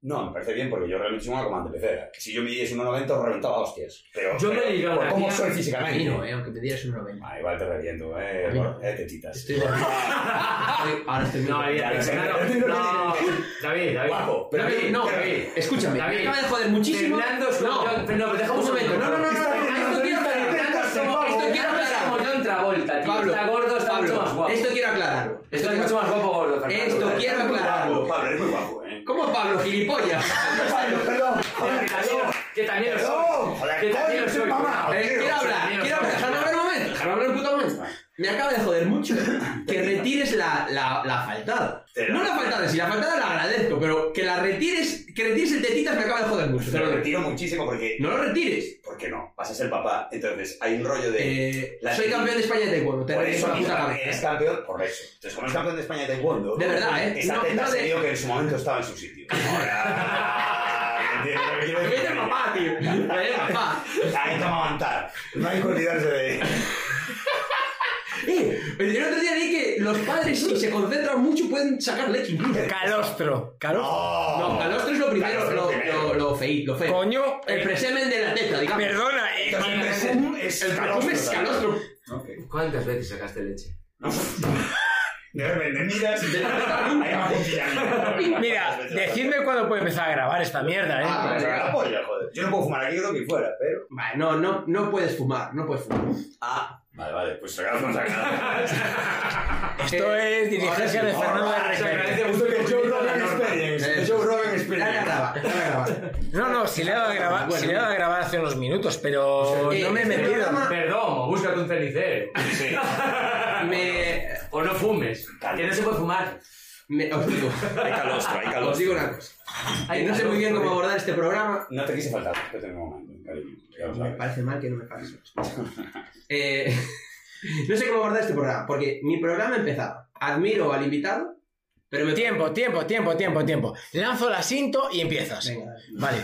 No, me parece bien porque yo realmente soy una comandante pecera. Si yo midiese 1,90 os reventaba a hostias. Pero, yo me digo, por cómo soy físicamente. A mí no, aunque me dieras 1,90. Ah, igual te reviento, no. tetitas. Estoy ahora estoy No, David. Guapo, pero David, no, David, escúchame. David, Me acaba de joder muchísimo. Fernando, no, dejamos un momento. No. Esto quiero Travolta, tío. Pablo, Está gordo, está mucho más guapo. Esto quiero aclararlo. Esto es mucho más guapo gordo, Fernando. Esto quiero aclararlo. Pablo, eres muy guapo, ¿Cómo Pablo, gilipollas? Perdón. Que también lo soy. Joder, Que también lo soy. Quiero hablar. Déjame hablar un momento. Déjame hablar un puto momento. Me acaba de joder mucho que retires la faltada. No la faltada, si la faltada la agradezco, pero que retires el tetitas me acaba de joder mucho. Te lo retiro muchísimo porque... No lo retires. ¿Por qué no? Vas a ser papá. Entonces, hay un rollo de... Soy campeón de España de taekwondo. Te retiro la puta cabeza. Eres campeón por eso. Entonces, como eres campeón de España de taekwondo... De verdad, Esa teta se dio que en su momento estaba en su sitio. ¿Entiendes lo que quiero decir? Vete papá, tío. Vete papá. Hay que amamantar. No hay que olvidarse de... El otro día leí que los padres, si se concentran mucho, pueden sacar leche incluso. Calostro. No, calostro es lo primero, lo feo. Coño, El presemen de la teta, digamos. Perdona, El precum es calostro. Okay. ¿Cuántas veces sacaste leche? De repente miras y hay una puntilla. mira, decidme cuándo puede empezar a grabar esta mierda, La polla, joder. Yo no puedo fumar aquí, creo que fuera, pero... Vale, no puedes fumar, Vale, pues sacamos acá. Esto es dirigencia de Fernando de Requete. Justo que Joe Rogan Experience. Joe Rogan Experience. No, si le he dado a grabar hace unos minutos, pero no me he metido. Perdón, búscate un cenicero. Sí. O no fumes, que no se puede fumar. Os digo. Hay calostro. Os digo una cosa. No sé muy bien cómo abordar este programa. No te quise faltar, respeto en un momento, cariño. Me parece mal que no me pagues. No sé cómo abordar este programa, porque mi programa empezaba. Admiro al invitado, pero me... Tiempo. Lanzo la cinto y empiezas. Venga, vale.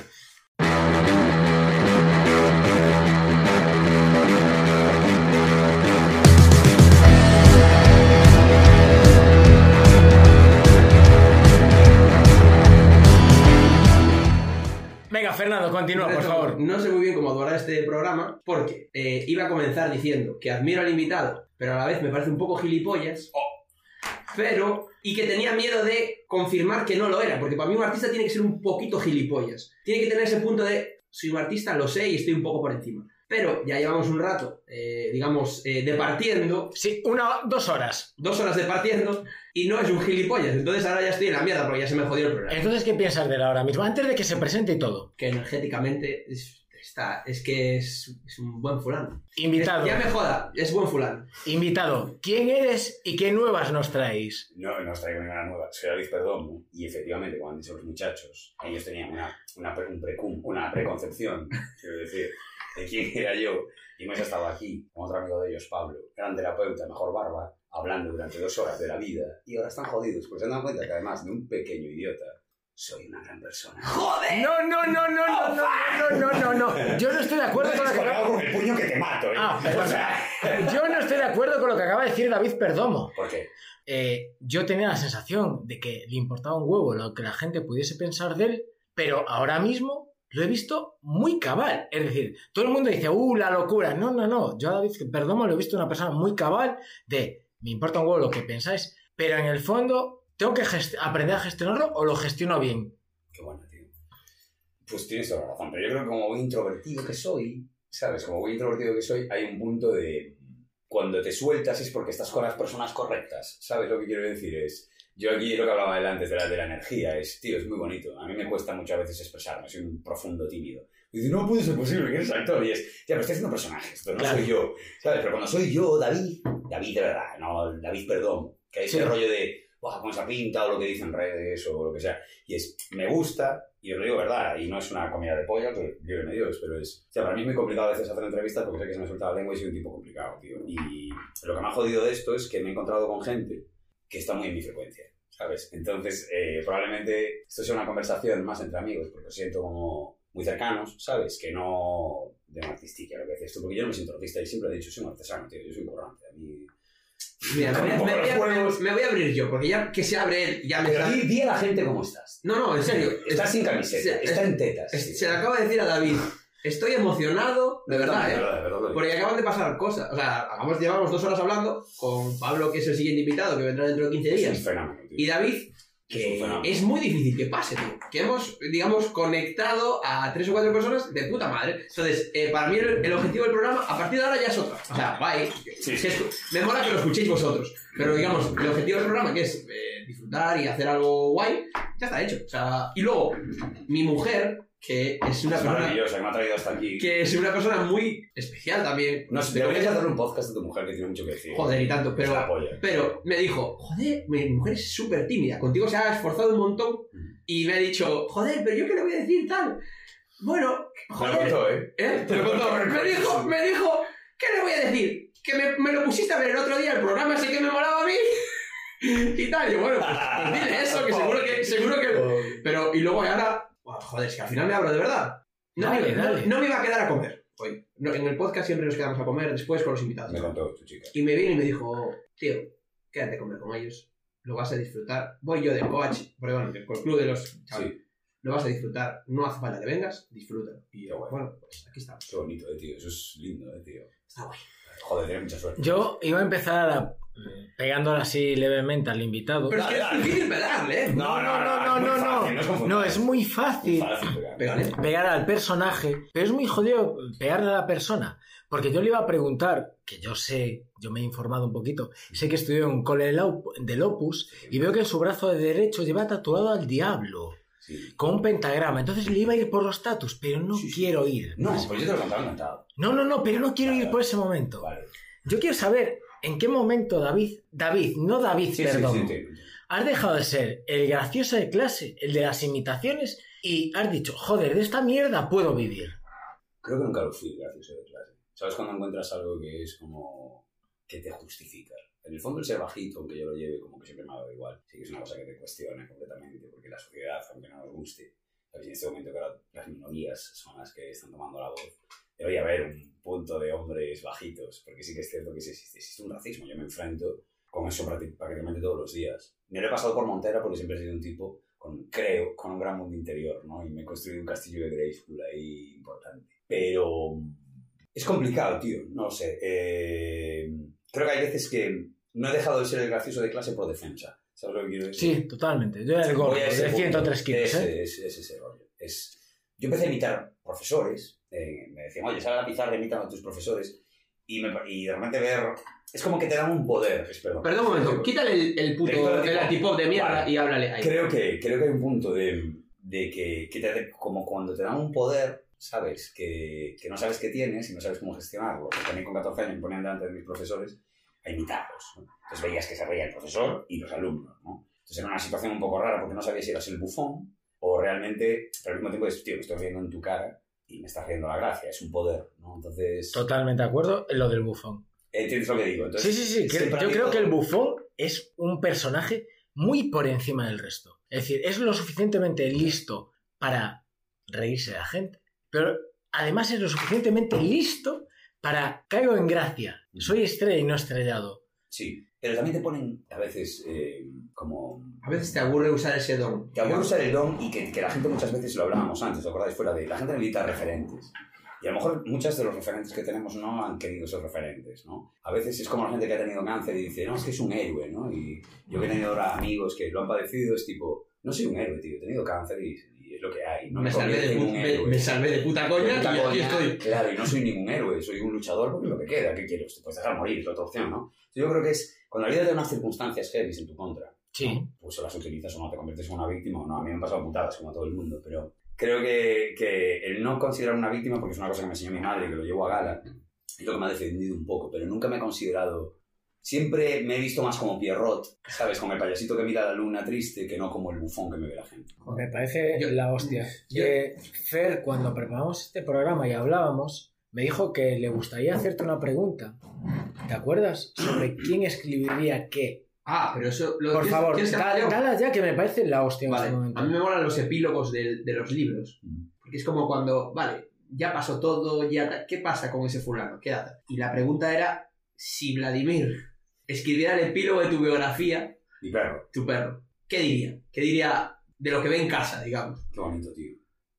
Venga, Fernando, continúa, por favor. No sé muy bien cómo abordar este programa, porque iba a comenzar diciendo que admiro al invitado, pero a la vez me parece un poco gilipollas. Pero... Y que tenía miedo de confirmar que no lo era, porque para mí un artista tiene que ser un poquito gilipollas. Tiene que tener ese punto de, soy un artista, lo sé y estoy un poco por encima. Pero ya llevamos un rato, departiendo. Sí, 2 horas. 2 horas departiendo y no es un gilipollas. Entonces ahora ya estoy en la mierda porque ya se me jodió el programa. Entonces, ¿qué piensas de él ahora mismo? Antes de que se presente y todo. Que energéticamente es un buen fulano. Invitado. Ya me joda, es buen fulano. Invitado, ¿quién eres y qué nuevas nos traéis? No os traigo ninguna nueva. Soy David Perdomo y efectivamente, como han dicho los muchachos, ellos tenían una preconcepción, quiero decir, de quién era yo. Y hemos estado aquí con otro amigo de ellos, Pablo, gran terapeuta, mejor barba, hablando durante 2 horas de la vida. Y ahora están jodidos porque se han dado cuenta que además de un pequeño idiota, soy una gran persona. ¡Joder! No. Yo no estoy de acuerdo con lo que acaba... con el puño que te mato, Yo no estoy de acuerdo con lo que acaba de decir David Perdomo. ¿Por qué? Yo tenía la sensación de que le importaba un huevo lo que la gente pudiese pensar de él, pero ahora mismo lo he visto muy cabal. Es decir, todo el mundo dice, la locura. No. Yo a David Perdomo lo he visto una persona muy cabal de, me importa un huevo lo que pensáis, pero en el fondo... ¿Tengo que aprender a gestionarlo o lo gestiono bien? Qué bueno, tío. Pues tienes toda la razón, pero yo creo que como buen introvertido que soy, ¿sabes? Como buen introvertido que soy, hay un punto de... Cuando te sueltas es porque estás con las personas correctas, ¿sabes? Lo que quiero decir es... Yo aquí lo que hablaba antes de la energía es, tío, es muy bonito. A mí me cuesta muchas veces expresarme, soy un profundo tímido. Y dice, no puede ser posible que eres actor. Y es, ya, pero estoy haciendo personajes, esto no soy yo, ¿sabes? Pero cuando soy yo, David de verdad, no David Perdomo, que hay ese rollo de... con esa pinta o lo que dicen redes o lo que sea. Y es, me gusta, y os lo digo verdad, y no es una comida de polla, que vive Dios, pero es... O sea, para mí es muy complicado a veces hacer entrevistas porque sé que se me suelta la lengua y soy un tipo complicado, tío. Y lo que me ha jodido de esto es que me he encontrado con gente que está muy en mi frecuencia, ¿sabes? Entonces, probablemente esto sea una conversación más entre amigos, porque os siento como muy cercanos, ¿sabes? Que no de una artistilla, lo que dices tú, porque yo no me siento artista y siempre he dicho, soy un artesano, tío, yo soy un currante, a mí... Mira, me voy a abrir yo, porque ya que se abre él, ya me Pero está... di a la gente cómo estás. No, en serio. Estás sin camiseta, está en tetas. Se le acaba de decir a David, estoy emocionado, de verdad, de verdad. porque acaban de pasar cosas. O sea, llevamos 2 horas hablando con Pablo, que es el siguiente invitado, que vendrá dentro de 15 días. Es un fenómeno, tío. Y David, que es muy difícil que pase, tío. Que hemos, digamos, conectado a 3 o 4 personas de puta madre. Entonces, para mí el objetivo del programa, a partir de ahora ya es otra. O sea, bye. Sí. Me mola que lo escuchéis vosotros. Pero, digamos, el objetivo del programa, que es disfrutar y hacer algo guay, ya está hecho. O sea, y luego, mi mujer, que es una persona... maravillosa, que me ha traído hasta aquí. Que es una persona muy especial también. No sé, deberías hacerle un podcast a tu mujer que tiene mucho que decir. Joder, y tanto, pero me dijo, joder, mi mujer es súper tímida, contigo se ha esforzado un montón y me ha dicho, joder, pero yo qué le voy a decir tal. Bueno, joder. Me lo contó, Te lo contó. Me dijo, ¿qué le voy a decir? Que me lo pusiste a ver el otro día, el programa ese que me molaba a mí. Y tal, y bueno, pues dile eso, que seguro que... Pero, y luego ahora... Joder, si al final me hablo de verdad. No me iba a quedar a comer hoy. No, en el podcast siempre nos quedamos a comer después con los invitados. Me contó tu chica. Y me vino y me dijo, tío, quédate a comer con ellos. Lo vas a disfrutar. Voy yo del coach, perdón, del club de los chavales. Sí. Lo vas a disfrutar. No hace falta que vengas, disfrútalo. Y yo, bueno, pues aquí estamos. Qué bonito, tío. Eso es lindo, tío. Está guay. Joder, tienes mucha suerte. Yo iba a empezar pegándole así levemente al invitado. Pero es que es difícil pegarle, ¿eh? No, es muy fácil pegar al personaje, pero es muy jodido pegarle a la persona. Porque yo le iba a preguntar, que yo me he informado un poquito, sé que estudió en un cole del Opus y veo que en su brazo de derecho lleva tatuado al diablo. Sí. Con un pentagrama. Entonces le iba a ir por los tatus, pero no quiero ir. No, pues yo te lo contaba encantado. No, pero no quiero ir por ese momento. Vale. Yo quiero saber en qué momento perdón, has dejado de ser el gracioso de clase, el de las imitaciones, y has dicho, joder, de esta mierda puedo vivir. Creo que nunca lo fui gracioso de clase. ¿Sabes cuando encuentras algo que es como que te justifica? En el fondo el ser bajito, aunque yo lo lleve, como que siempre me ha dado igual. Sí que es una cosa que te cuestiona completamente, porque la sociedad, aunque no nos guste, en este momento que ahora las minorías son las que están tomando la voz, debería haber un punto de hombres bajitos, porque sí que es cierto que existe un racismo. Yo me enfrento con eso prácticamente todos los días. Me lo he pasado por Montera porque siempre he sido un tipo con un gran mundo interior, ¿no? Y me he construido un castillo de Grayskull ahí importante. Pero es complicado, tío, no lo sé. Creo que hay veces que no he dejado de ser el gracioso de clase por defensa. ¿Sabes lo que quiero decir? Sí, totalmente. Yo era el gordo de 103 kilos, Es ese rollo. Yo empecé a imitar profesores. Me decían, oye, sal a la pizarra, imitan a tus profesores. Y de repente ver... Es como que te dan un poder. Perdón un momento, quítale el puto el antipop de mierda, vale. Y háblale ahí. Creo que hay un punto de que te, como cuando te dan un poder, ¿sabes? Que no sabes qué tienes y no sabes cómo gestionarlo. Porque también con 14 años me ponían delante de mis profesores a imitarlos, ¿no? Entonces veías que se reía el profesor y los alumnos, ¿no? Entonces era una situación un poco rara porque no sabías si eras el bufón o realmente, pero al mismo tiempo dices, tío, me estoy riendo en tu cara y me estás riendo la gracia, es un poder, ¿no? Entonces... Totalmente de acuerdo en lo del bufón. ¿Entiendes lo que digo? Entonces, sí. Yo creo que el bufón es un personaje muy por encima del resto. Es decir, es lo suficientemente listo para reírse de la gente, pero además es lo suficientemente listo para caigo en gracia. Soy estrella y no estrellado. Sí, pero también te ponen a veces como... A veces te aburre usar ese don. Te aburre usar el don y que la gente muchas veces, lo hablábamos antes, ¿te acordáis? Fuera de... La gente necesita referentes. Y a lo mejor muchos de los referentes que tenemos no han querido ser referentes, ¿no? A veces es como la gente que ha tenido cáncer y dice, no, es que es un héroe, ¿no? Y yo que he tenido ahora amigos que lo han padecido, es tipo, no soy un héroe, tío, he tenido cáncer y es lo que hay. No me salvé de puta coña y aquí estoy. Claro, y no soy ningún héroe, soy un luchador porque es lo que queda, ¿qué quiero? Te puedes dejar morir, es la otra opción, ¿no? Yo creo que es, cuando la vida te da unas circunstancias heavy en tu contra, sí, ¿no? Pues o las utilizas o no, te conviertes en una víctima o no. A mí me han pasado putadas como a todo el mundo, pero... Creo que el no considerar una víctima, porque es una cosa que me enseñó mi madre y que lo llevo a gala, es lo que me ha defendido un poco, pero nunca me he considerado... Siempre me he visto más como Pierrot, ¿sabes? Como el payasito que mira a la luna triste, que no como el bufón que me ve la gente. Me parece la hostia. Fer, cuando preparamos este programa y hablábamos, me dijo que le gustaría hacerte una pregunta. ¿Te acuerdas? Sobre quién escribiría qué. Ah, pero eso... Por favor, dale ya que me parece la hostia. Vale, en este momento. a mí me molan los epílogos de los libros. Porque es como cuando, vale, ya pasó todo, ¿qué pasa con ese fulano? ¿Qué data? Y la pregunta era si Vladimir escribiera el epílogo de tu biografía, Mi perro. tu perro, ¿qué diría? ¿Qué diría de lo que ve en casa, digamos? Qué bonito, tío.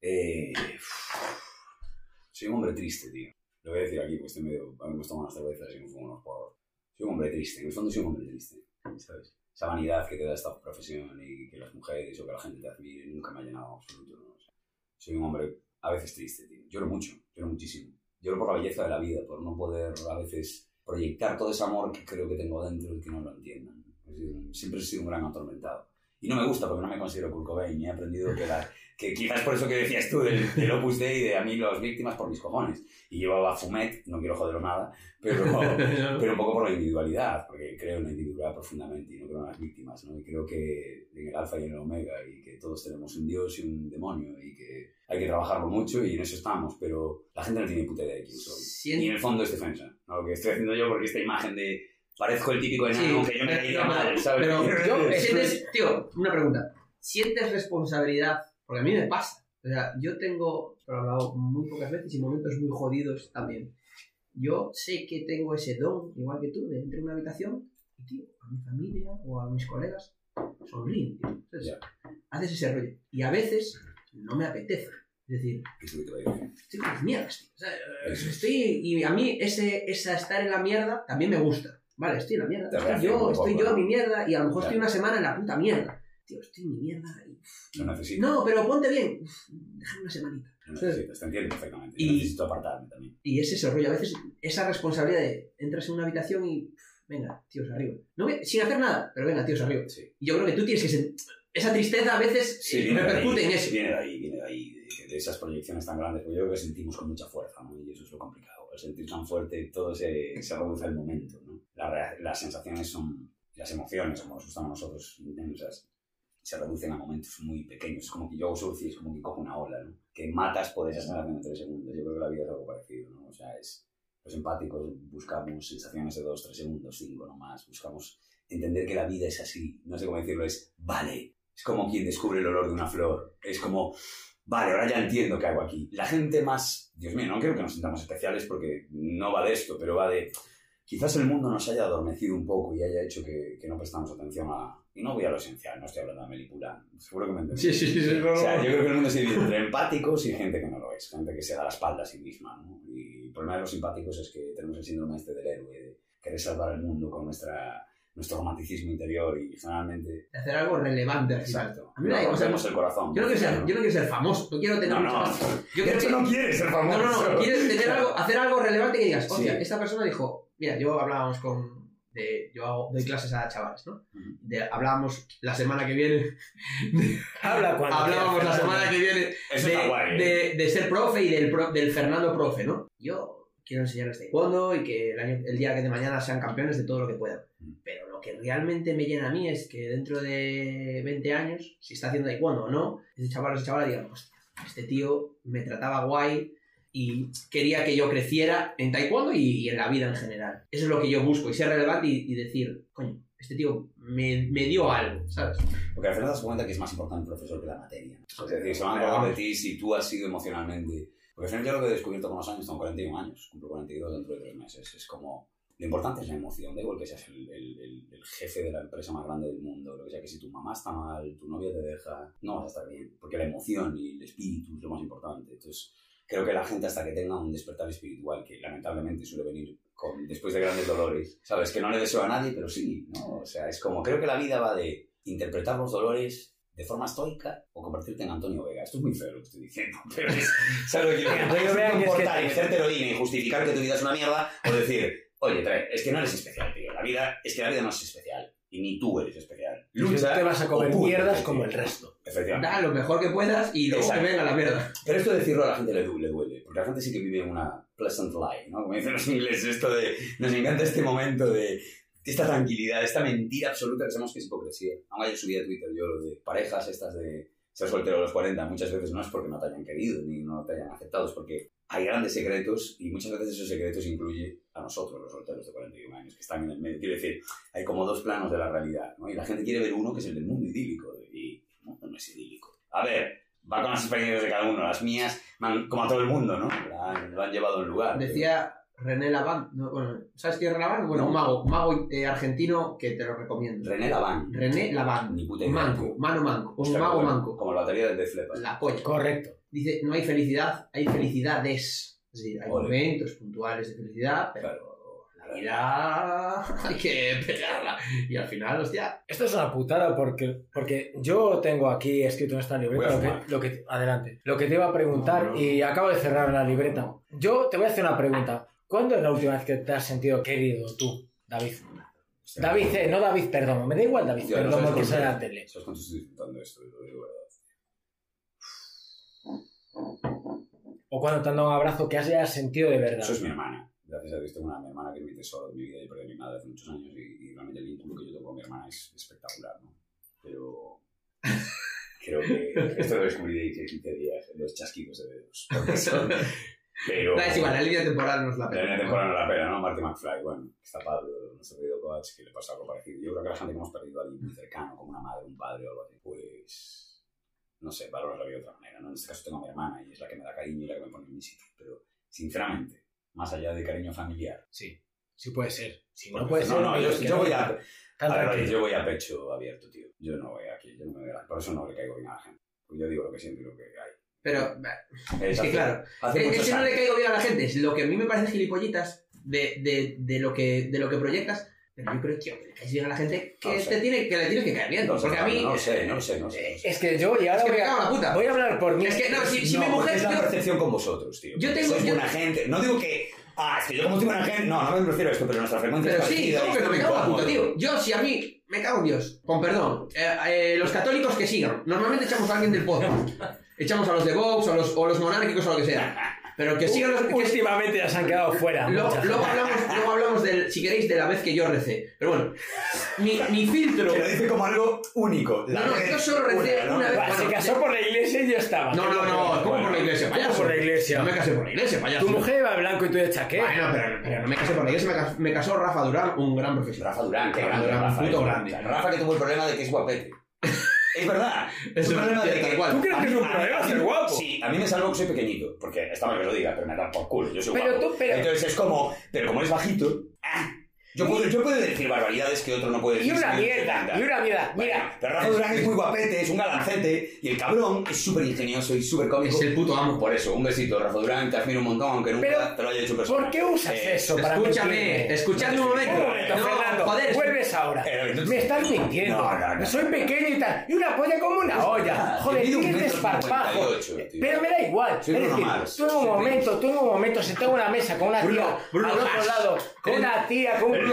Soy un hombre triste, tío. Lo voy a decir aquí porque estoy medio... A mí me toman unas cervezas y me fumo unos porros. Soy un hombre triste. En el fondo soy un hombre triste, ¿sabes? Esa vanidad que te da esta profesión y que las mujeres o que la gente te admire nunca me ha llenado en absoluto, ¿no? O sea, soy un hombre a veces triste, tío. Lloro mucho, lloro muchísimo. Lloro por la belleza de la vida, por no poder a veces proyectar todo ese amor que creo que tengo dentro y que no lo entiendan. Es decir, siempre he sido un gran atormentado. Y no me gusta porque no me considero Kurt Cobain y he aprendido que quizás por eso que decías tú del Opus Dei, de a mí las víctimas por mis cojones. Y llevaba fumet, no quiero joderlo nada, pero un poco por la individualidad, porque creo en la individualidad profundamente y no creo en las víctimas, ¿no? Y creo que en el alfa y en el omega y que todos tenemos un dios y un demonio y que hay que trabajarlo mucho y en eso estamos, pero la gente no tiene puta idea de quién soy. Y en el fondo es defensa, ¿no? Lo que estoy haciendo yo porque esta imagen de parezco el típico enano que yo me caí mal, ¿sabes? Pero yo sientes, tío, una pregunta. ¿Sientes responsabilidad? Porque a mí me pasa. O sea, yo tengo, lo he hablado muy pocas veces y momentos muy jodidos también. Yo sé que tengo ese don, igual que tú, de entrar en una habitación y, tío, a mi familia o a mis colegas sonríen, tío. Entonces, haces ese rollo. Y a veces no me apetece. Es decir, estoy con las mierdas, tío. O sea, y a mí esa estar en la mierda también me gusta. Vale, estoy en la mierda. Estoy yo en mi mierda y a lo mejor estoy una semana en la puta mierda. Tío, estoy en mi mierda y... Lo necesito. No, pero ponte bien. Déjame una semanita. Lo necesitas, te entiendo perfectamente. Y necesito apartarme también. Y es ese rollo. A veces esa responsabilidad de entras en una habitación y... Venga, tíos, arriba. No, sin hacer nada, pero venga, tíos, arriba. Sí. Y yo creo que tú tienes que... Esa tristeza a veces repercute en eso. Viene de ahí, de esas proyecciones tan grandes. Porque yo creo que sentimos con mucha fuerza, ¿no? Y eso es lo complicado. Al sentir tan fuerte, todo se reduce al momento, ¿no? Las sensaciones son... Las emociones, como nos gustan a nosotros, intensas, se reducen a momentos muy pequeños. Es como que yo hago surf y es como que cojo una ola, ¿no? Que matas por esa sensación de 3 segundos. Yo creo que la vida es algo parecido, ¿no? O sea, los empáticos buscamos sensaciones de 2, 3 segundos, 5 no más. Buscamos entender que la vida es así. No sé cómo decirlo, vale. Es como quien descubre el olor de una flor. Es como, vale, ahora ya entiendo qué hago aquí. La gente más... Dios mío, no creo que nos sintamos especiales porque no va de esto, pero va de... Quizás el mundo nos haya adormecido un poco y haya hecho que no prestamos atención a... Y no voy a lo esencial, no estoy hablando de Melipulán. Seguro que me entendés. Sí. O sea, yo creo que el mundo se divide entre empáticos y gente que no lo es. Gente que se da la espalda a sí misma, ¿no? Y el problema de los simpáticos es que tenemos el síndrome del héroe, de querer salvar el mundo con nuestro romanticismo interior y generalmente... De hacer algo relevante al final. Exacto. A mí me rompemos el corazón. Yo no quiero ser famoso. No quiero tener... No quieres ser famoso. No. Quieres tener hacer algo relevante que digas, hostia, Sí. Esta persona dijo... Mira, yo hablábamos doy clases a chavales, ¿no? Hablábamos la semana que viene... Hablábamos la semana que viene de ser profe y del Fernando profe, ¿no? Yo quiero enseñarles taekwondo y que el día de mañana sean campeones de todo lo que puedan. Pero lo que realmente me llena a mí es que dentro de 20 años, si está haciendo taekwondo o no, ese chaval o esa chavala diga, hostia, este tío me trataba guay y quería que yo creciera en taekwondo y en la vida en general. Eso es lo que yo busco, y ser relevante y decir, coño, este tío me dio algo, ¿sabes? Porque al final te das cuenta que es más importante el profesor que la materia. Es decir, se van a acordar de ti si tú has sido emocionalmente... Porque al final yo lo que he descubierto con los años, tengo 41 años, cumplo 42 dentro de 3 meses, es como... Lo importante es la emoción, da igual que seas el jefe de la empresa más grande del mundo, lo que sea, que si tu mamá está mal, tu novia te deja, no vas a estar bien, porque la emoción y el espíritu es lo más importante. Entonces, creo que la gente hasta que tenga un despertar espiritual, que lamentablemente suele venir después de grandes dolores, ¿sabes? Que no le deseo a nadie, pero sí, ¿no? O sea, es como, creo que la vida va de interpretar los dolores de forma estoica o convertirte en Antonio Vega. Esto es muy feo lo que estoy diciendo, pero es... ¿Sabes lo que quiero Antonio Vega es comportar y hacerte heroína y justificar que tu vida es una mierda o decir, oye, es que no eres especial, tío. La vida no es especial. Y ni tú eres especial. Lucha, te vas a comer mierdas como el resto. Efectivamente. Da lo mejor que puedas y luego que venga la mierda. Pero esto de decirlo a la gente le duele. Porque la gente sí que vive en una pleasant lie, ¿no? Como dicen los ingleses, esto de... Nos encanta este momento de... Esta tranquilidad, esta mentira absoluta que sabemos que es hipocresía. Aunque yo subí a Twitter yo lo de parejas estas de ser soltero a los 40, muchas veces no es porque no te hayan querido ni no te hayan aceptado, es porque hay grandes secretos y muchas veces esos secretos incluyen a nosotros, los solteros de 41 años, que están en el medio. Quiero decir, hay como 2 planos de la realidad, ¿no? Y la gente quiere ver uno que es el del mundo idílico. Y el mundo no es idílico. A ver, va con las experiencias de cada uno. Las mías, como a todo el mundo, ¿no? Lo han llevado a un lugar. Decía René Laván. No, bueno, ¿sabes quién es René Laván? Bueno, un mago argentino que te lo recomiendo. René Laván. René Laván. Ni puta idea, Manco, tío. mano manco. Un Hostia, mago bueno, manco. Como la batería del Def Leppard. La polla. Correcto. Dice, no hay felicidad, hay felicidades. Es decir, hay Ole. momentos puntuales de felicidad, pero la vida hay que pegarla. Y al final, hostia... Esto es una putada porque yo tengo aquí escrito en esta Voy a libreta fumar. adelante, lo que te iba a preguntar y acabo de cerrar la libreta. Yo te voy a hacer una pregunta. ¿Cuándo es la última vez que te has sentido querido tú, David? David, no David Perdomo. Me da igual David Hostia, no Perdomo sabes que por sea qué. la tele. ¿Sabes cuánto estoy disfrutando esto? Lo digo, ¿verdad? O cuando te han dado un abrazo que hayas sentido de verdad. Eso es mi hermana. Gracias a Dios tengo mi hermana que es mi tesoro de mi vida. Yo perdí a mi madre hace muchos años y realmente el vínculo que yo tengo con mi hermana es espectacular, ¿no? Pero creo que esto lo descubrí de 15 días en los chasquidos de dedos. Porque son... Pero... No, es igual, la línea temporal nos la La pega. línea temporal no la pena, ¿no? Marty McFly, bueno, está Pablo, nuestro querido coach, que le pasa algo parecido. Yo creo que a la gente que hemos perdido a alguien muy cercano, como una madre, un padre o algo así, pues, no sé, valoras la vida de otra manera, ¿no? En este caso tengo a mi hermana y es la que me da cariño y la que me pone en mi sitio. Pero, sinceramente, más allá de cariño familiar. Sí, sí puede ser. Si no Porque, puede ser... no, yo voy a... Tan A ver, tranquilo. yo voy a pecho abierto, tío. Yo no voy aquí, yo no me voy a... Por eso no le caigo bien a la gente. Porque yo digo lo que siento y lo que hay. Pero, es que claro, Hace es muchos que no le años. caigo bien a la gente. Es lo que a mí me parece gilipollitas de lo que proyectas. Pero yo creo, tío, que le caes bien a la gente que, No sé. que le tienes que caer bien. No sé, Porque a mí... no lo sé. Es que yo, y ahora Es que me voy, cago en la puta. voy a hablar por mí. Es que, no, si No, mi porque mujer... es la yo- percepción con vosotros, tío. Yo tengo- Sois yo- buena gente. No digo que... es que yo como soy buena gente... No me refiero a esto, pero nuestra frecuencia Pero es sí, parecida ¿cómo y que no me estoy cago en la puta, incómodo. tío? Yo, si a mí me cago en Dios, con perdón, los católicos que sigan. Normalmente echamos a alguien del podcast. Echamos a los de Vox o los monárquicos o lo que sea. Pero que sigan los... que Últimamente ya se han quedado fuera. Luego mucha gente. hablamos del, si queréis, de la vez que yo recé. Pero bueno, mi filtro... Que lo dice como algo único. No, yo solo recé una vez. Va, se Bueno, casó por la iglesia y yo estaba. No, ¿cómo por la iglesia, ¿Cómo payaso? por la iglesia? No me casé por la iglesia, payaso. Tu mujer iba de blanco y tú de chaqueta. Bueno, pero no me casé por la iglesia, me casó Rafa Durán, un gran profesional. Rafa Durán, qué Rafa grande Durán, Rafa. puto es grande. Rafa que tuvo el problema de que es guapete. Es verdad. Es un problema de tal que... cual. ¿Tú crees que es un A mí- problema a mí- ser guapo? Sí, a mí me salvó que soy pequeñito. Porque está mal que lo diga, pero me da por culo. Yo soy Pero guapo. Entonces es como... Pero como eres bajito... Yo puedo decir barbaridades que otro no puede decir. Y una sin mierda, ofender. y una mierda. Bueno, Mira, pero Rafa Durán es muy guapete, es un galancete y el cabrón es súper ingenioso y súper cómico. Es el puto amo. Por eso, un besito, Rafa Durán, te admiro un montón, aunque nunca Pero, te lo haya hecho persona. ¿por qué usas eso para Escúchame, mentirme? escuchadme un momento. Un momento, No, Fernando, joder, vuelves ahora. entonces- Me estás mintiendo. No. Soy pequeño y tal. Y una polla como una olla. Joder, Mido tienes 1,58 desparpajo. m, tío. Pero me da igual. Soy es Bruno decir, Mars. tú en un momento sentado en una mesa con una tía Bruno al otro Mars. lado, con una tía,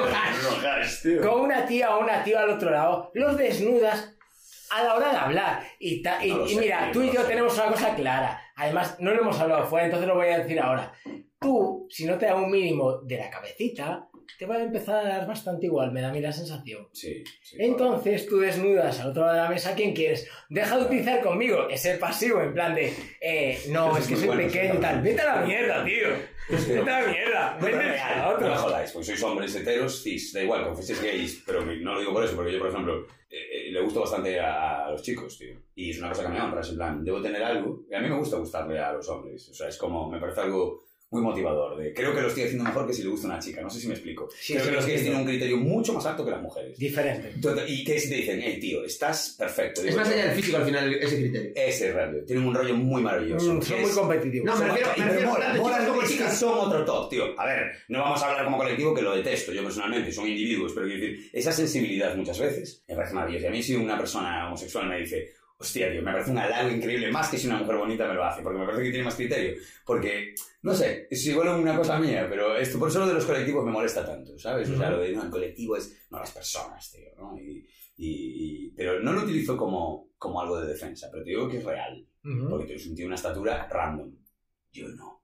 con una tía o una tía al otro lado, los desnudas a la hora de hablar. Y No lo sé, mira, tío, tú y no yo lo sé. tenemos una cosa clara. Además, no lo hemos hablado fuera, entonces lo voy a decir ahora. Tú, si no te da un mínimo de la cabecita, te va a empezar a dar bastante igual, me da a mí la sensación. Sí. Entonces tú desnudas al otro lado de la mesa a quien quieres. Deja de utilizar conmigo ese pasivo en plan de no, es que soy pequeño y tal. Vete a la mierda, tío. Vete a la mierda. No, Vete pero a real, la no otra. me jodáis, pues sois hombres heteros, cis, da igual, confeséis gays, pero no lo digo por eso, porque yo, por ejemplo, le gusto bastante a los chicos, tío. Y es una cosa que me honra, es en plan, debo tener algo, y a mí me gusta gustarle a los hombres, o sea, es como, me parece algo muy motivador, creo que lo estoy haciendo mejor que si le gusta a una chica, no sé si me explico. Sí, Creo sí, que los gays entiendo. tienen un criterio mucho más alto que las mujeres. Diferente. Y que si te dicen, hey, tío, estás perfecto. Es Digo, más allá del físico al final ese criterio. ese rollo, tienen un rollo muy maravilloso. Son que muy es- competitivos. No, me refiero- pero me refiero mola, tanto mola, chicas como es que chicas. son otro top, tío. A ver, no vamos a hablar como colectivo, que lo detesto yo personalmente, son individuos, pero quiero decir, esa sensibilidad muchas veces me parece maravillosa. Y a mí si una persona homosexual me dice, hostia, tío, me parece un halago increíble, más que si una mujer bonita me lo hace, porque me parece que tiene más criterio. Porque, no sé, es igual una cosa mía, pero esto, por eso lo de los colectivos me molesta tanto, ¿sabes? O sea, lo de, no, el colectivo es, no, las personas, tío, ¿no? Pero no lo utilizo como algo de defensa, pero te digo que es real. Ujú. Porque tú eres un tío de una estatura random. Yo no.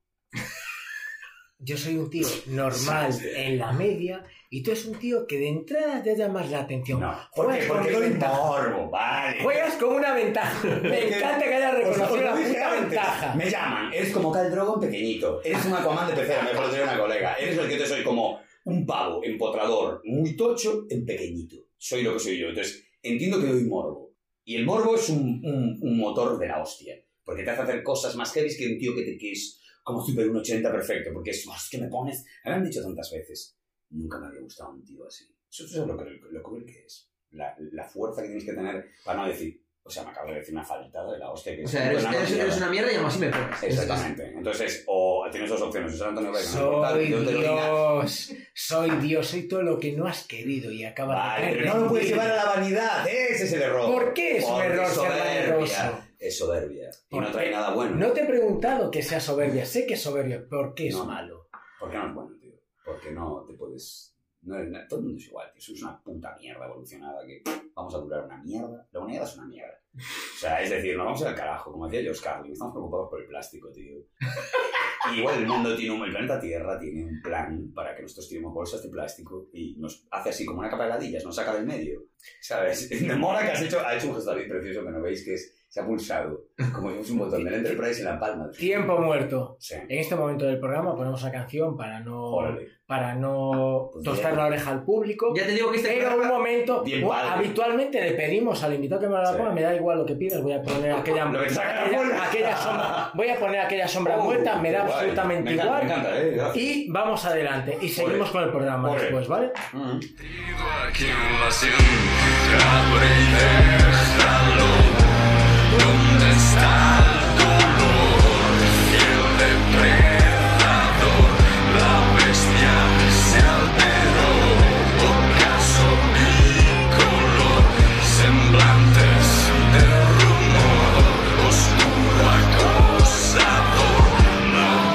Yo soy un tío normal en la media y tú eres un tío que de entrada te llamas la atención. No. ¿Por qué? Juegas con Porque doy ventaja. morbo, vale. Juegas con una ventaja. Me encanta que hayas reconocido la puta ventaja. Me llaman, eres como Khal Drogo pequeñito. Eres un Aquaman de pecera, me lo tenía una colega. Eres el que te soy como un pavo empotrador muy tocho en pequeñito. Soy lo que soy yo. Entonces, entiendo que doy morbo. Y el morbo es un motor de la hostia. Porque te hace hacer cosas más heavy que un tío que es como súper un 80 perfecto, porque es que me pones... Me han dicho tantas veces, nunca me había gustado un tío así. Eso es lo cruel que es. La fuerza que tienes que tener para no decir... O sea, me acabo de decir una faltada de la hostia que... O sea, eres una mierda y aún así me pones. Exactamente. Entonces, o tienes dos opciones. Usar Antonio Vega, Soy Dios, soy todo lo que no has querido y acaba vale, de... pero no lo puedes llevar a la vanidad. Ese es el error. ¿Por qué es un error ser vanidoso? Es soberbia. Y no trae nada bueno. No te he preguntado que sea soberbia. Sé que es soberbia. ¿Por qué es malo? Porque no es bueno, tío. Porque no te puedes... No eres nada. Todo el mundo es igual, tío. Eso es una puta mierda evolucionada que vamos a durar una mierda. La humanidad es una mierda. O sea, es decir, nos vamos al carajo. Como decía George Carlin, estamos preocupados por el plástico, tío. Y igual el mundo tiene el planeta Tierra tiene un plan para que nosotros tiremos bolsas de plástico y nos hace así como una capa de ladillas, nos saca del medio. ¿Sabes? Me mola que ha hecho un gesto precioso que no veis que se ha pulsado como si fuese un botón del Enterprise en la palma. Tiempo muerto. Sí. En este momento del programa ponemos una canción para no Pues tostar bien. la oreja al público. Ya te digo que este Pero un programa... momento, Bien padre. habitualmente le pedimos al invitado que me la ponga, me da igual lo que pidas, voy a poner aquella sombra, voy a poner aquella sombra muerta, me da absolutamente igual. Me encanta, Y vamos adelante y seguimos con el programa Ole. después, ¿vale? Aquí la siempre abre y déjalo. ¿Dónde está el dolor? El depredador, la bestia se alteró. ¿Acaso mi color? Semblantes de rumor, oscuro acosador, la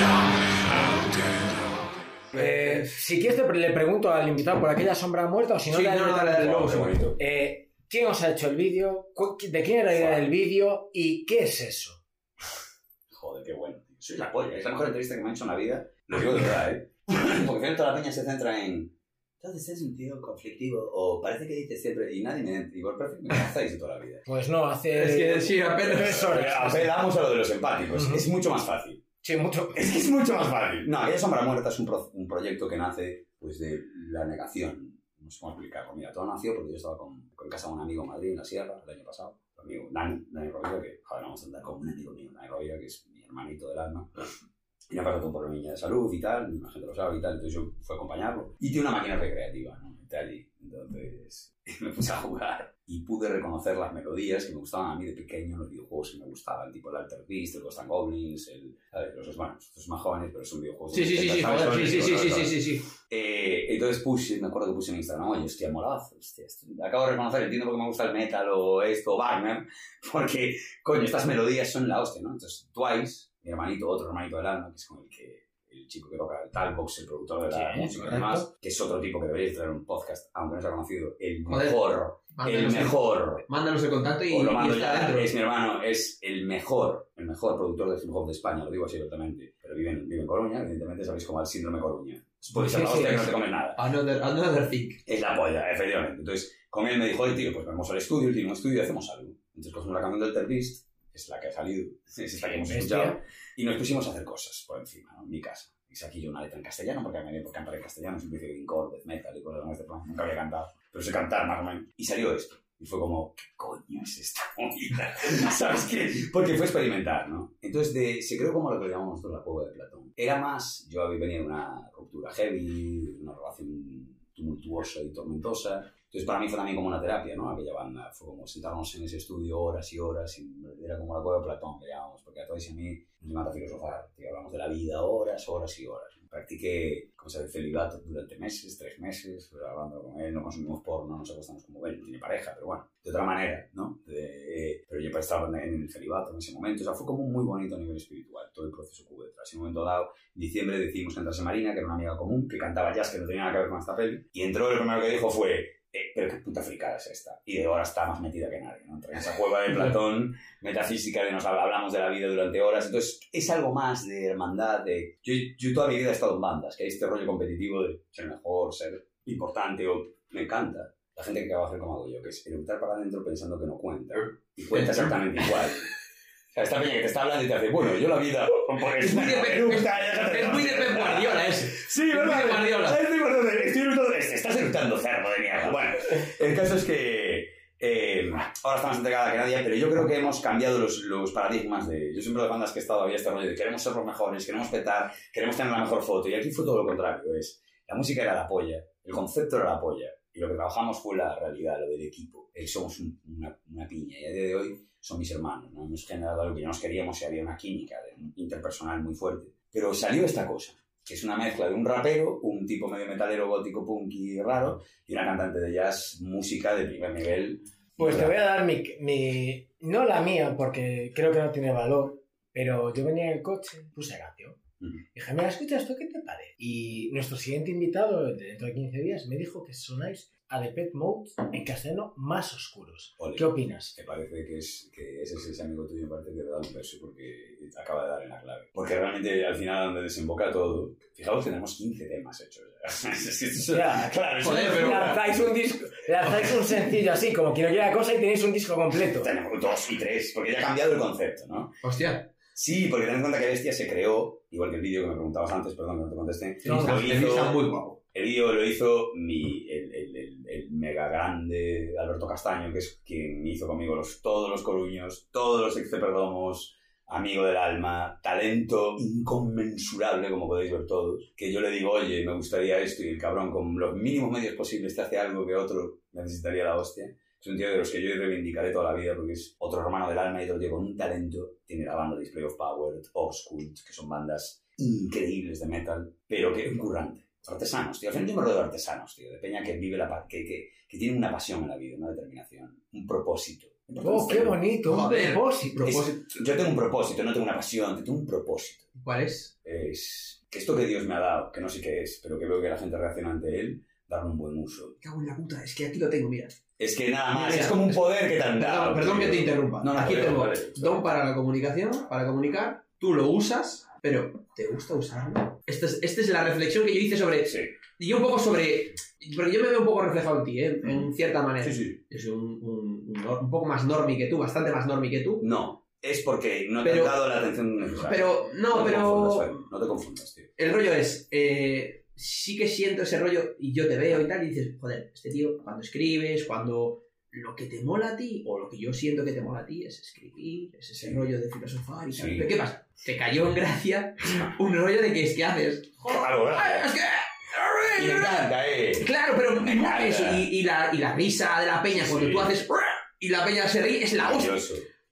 bestia alteró. Si quieres le pregunto al invitado por aquella sombra muerta o si no, Sí, dale- Qué bonito. ¿quién os ha hecho el vídeo? ¿De quién era la idea del vídeo? ¿Y qué es eso? Joder, qué bueno. Soy la polla. Es la mejor entrevista que me han hecho en la vida. Lo digo de verdad, ¿eh? Porque al final toda la peña se centra en... Entonces es un tío conflictivo o parece que dices siempre y nadie me... Y vos parece que me conocéis de toda la vida. Pues no, hace... Es que sí, apenas... 3 horas. Apelamos a lo de los empáticos. Ujú. Es mucho más fácil. Sí, mucho. Es que es mucho más fácil. No, aquella sombra muerta es un proyecto que nace pues de la negación. No sé cómo explicarlo. Mira, todo nació porque yo estaba con casa de un amigo en Madrid, en la Sierra, el año pasado. Mi amigo Dani Rovira, que joder, vamos a andar con un amigo mío, Dani Rovira, que es mi hermanito del alma. Y me ha pasado por una niña de salud y tal, la gente lo sabe y tal, entonces yo fui a acompañarlo. Y tiene una máquina recreativa, ¿no? Y tal, y entonces me puse a jugar y pude reconocer las melodías que me gustaban a mí de pequeño, los videojuegos que me gustaban, tipo el Alter Beast, el Ghosts and Goblins, ¿sabes? Bueno, estos más jóvenes, pero son videojuegos. Sí, ¿sabes? joder, sí. Entonces me acuerdo que puse en Instagram, oye, hostia, molazo, hostia, acabo de reconocer, entiendo por qué me gusta el metal o esto, o Wagner, porque, coño, estas melodías son la hostia, ¿no? Entonces, Twice, mi hermanito, otro hermanito del alma, que es con el chico que toca el Talbox, el productor de la música y demás, que es otro tipo que debería traer un podcast, aunque no se ha conocido, el mejor. Mándanos el contacto y Os lo mando está ya, dentro. es mi hermano, es el mejor productor de hip hop de España, lo digo así abiertamente, pero vive en Coruña, evidentemente sabéis cómo el síndrome Coruña. Puede ser la hostia que no te comes nada. Another thing. Es la polla, efectivamente. Entonces, con él me dijo, oye, tío, pues vamos al estudio, tiene un estudio y hacemos algo. Entonces cogimos la canción del Alter Beast, que es la que ha salido, es esta que hemos escuchado, y nos pusimos a hacer cosas por encima, ¿no? En mi casa. Y saqué yo una letra en castellano, porque me dio por cantar en castellano, siempre hice greencore, death metal y cosas de este plan. Nunca había cantado, pero sé cantar más o menos. Y salió esto. Y fue como, ¿qué coño es esta movida? ¿Sabes qué? Porque fue experimentar, ¿no? Entonces, se creó como lo que llamamos nosotros la cueva de Platón. Era más, yo había venido de una ruptura heavy, una relación tumultuosa y tormentosa. Entonces, para mí fue también como una terapia, ¿no? Aquella banda. Fue como sentarnos en ese estudio horas y horas y era como la cueva de Platón, que llamamos, porque a todos y a mí nos encanta filosofar. Tío, hablamos de la vida horas y horas. Practiqué, como se dice, celibato durante meses, 3 meses, hablando con él, no consumimos porno, no nos acostamos como él, no tiene pareja, pero bueno, de otra manera, ¿no? Pero yo estaba en el celibato en ese momento, o sea, fue como muy bonito a nivel espiritual, todo el proceso que hubo detrás. En un momento dado, en diciembre decidimos que entrase Marina, que era una amiga común, que cantaba jazz, que no tenía nada que ver con esta peli, y entró, lo primero que dijo fue, pero qué puta fricada es esta. Y de ahora está más metida que nadie, ¿no? Entra en esa cueva de Platón, metafísica, de nos hablamos de la vida durante horas. Entonces, es algo más de hermandad, de... Yo toda mi vida he estado en bandas, que hay este rollo competitivo de ser mejor, ser importante, o... Me encanta la gente que acaba de hacer como hago yo, que es eructar para adentro pensando que no cuenta. Y cuenta exactamente igual. O sea, esta peña que te está hablando y te hace, bueno, yo la vida... Es muy de Pep Guardiola ese. Sí, ¿verdad? muy de Guardiola. Estoy eructando, estás eructando cerdo de mierda. Bueno, el caso es que Ahora está más integrada que nadie, pero yo creo que hemos cambiado los paradigmas de... Yo siempre de bandas que he estado había este rollo de queremos ser los mejores, queremos petar, queremos tener la mejor foto. Y aquí fue todo lo contrario. La música era la polla, el concepto era la polla. Y lo que trabajamos fue la realidad, lo del equipo. Somos una piña. Y a día de hoy son mis hermanos, ¿no? Hemos generado algo que ya nos queríamos y había una química interpersonal muy fuerte. Pero salió esta cosa, que es una mezcla de un rapero, un tipo medio metalero, gótico, punky raro, y una cantante de jazz, música de primer nivel. Pues te voy a dar mi... No la mía, porque creo que no tiene valor, pero yo venía en el coche, puse la canción. Dije, mira, escucha esto, ¿qué te parece? Y nuestro siguiente invitado, dentro de 15 días, me dijo que sonáis a Depeche Mode en castellano más oscuros. Ole. ¿Qué opinas? Me parece que ese amigo tuyo me parece que le da un beso porque acaba de dar en la clave. Porque realmente al final donde desemboca todo, fijaos que tenemos 15 temas hechos ya. Ya, claro, joder, pero lanzáis un disco, lanzáis un sencillo así, como quien no quiera cosa, y tenéis un disco completo. tenemos 2 y 3, porque ya ha cambiado el concepto, ¿no? Hostia. Sí, porque ten en cuenta que Bestia se creó, igual que el vídeo que me preguntabas antes, perdón que no te contesté. Está muy guapo. El vídeo lo hizo el mega grande Alberto Castaño, que es quien hizo conmigo todos los coruños, todos los exceperdomos, amigo del alma, talento inconmensurable, como podéis ver todos, que yo le digo, oye, me gustaría esto, y el cabrón con los mínimos medios posibles te hace algo que otro necesitaría la hostia. Es un tío de los que yo reivindicaré toda la vida porque es otro hermano del alma y otro tío con un talento. Tiene la banda Display of Power, Obscult, que son bandas increíbles de metal, pero que es un currante. Artesanos, tío. Al final yo me rodeo de artesanos, tío. De peña que vive que tiene una pasión en la vida, una determinación, un propósito. ¡Oh, qué bonito! Un Joder. propósito. Yo tengo un propósito, no tengo una pasión, tengo un propósito. ¿Cuál es? Es que esto que Dios me ha dado, que no sé qué es, pero que veo que la gente reacciona ante él, darle un buen uso. Me cago en la puta, es que aquí lo tengo, mira. Es que nada más, Mira, es como un poder que te han dado. Perdón que tío. te interrumpa. No, aquí vale, tengo vale. don para la comunicación, para comunicar. Tú lo usas, pero ¿te gusta usarlo? Esta es la reflexión que yo hice sobre... Sí, Y un poco sobre... Porque yo me veo un poco reflejado en ti, ¿eh? En cierta manera. sí, sí. Yo soy un poco más normie que tú, bastante más normie que tú. No, es porque no te Pero- han dado la atención necesaria. Pero, No te confundas, tío. El rollo es... sí que siento ese rollo y yo te veo y tal y dices, joder, este tío, cuando escribes, cuando... Lo que te mola a ti, o lo que yo siento que te mola a ti, es escribir, es ese rollo de filosofar y tal. Sí. ¿Pero qué pasa? Te cayó en gracia un rollo de que es que haces... Claro, ¡Ay, es que... Y me encanta, Claro, pero Me encanta. eso, y la risa de la peña cuando Sí. tú haces y la peña se ríe es la hostia. maravilloso.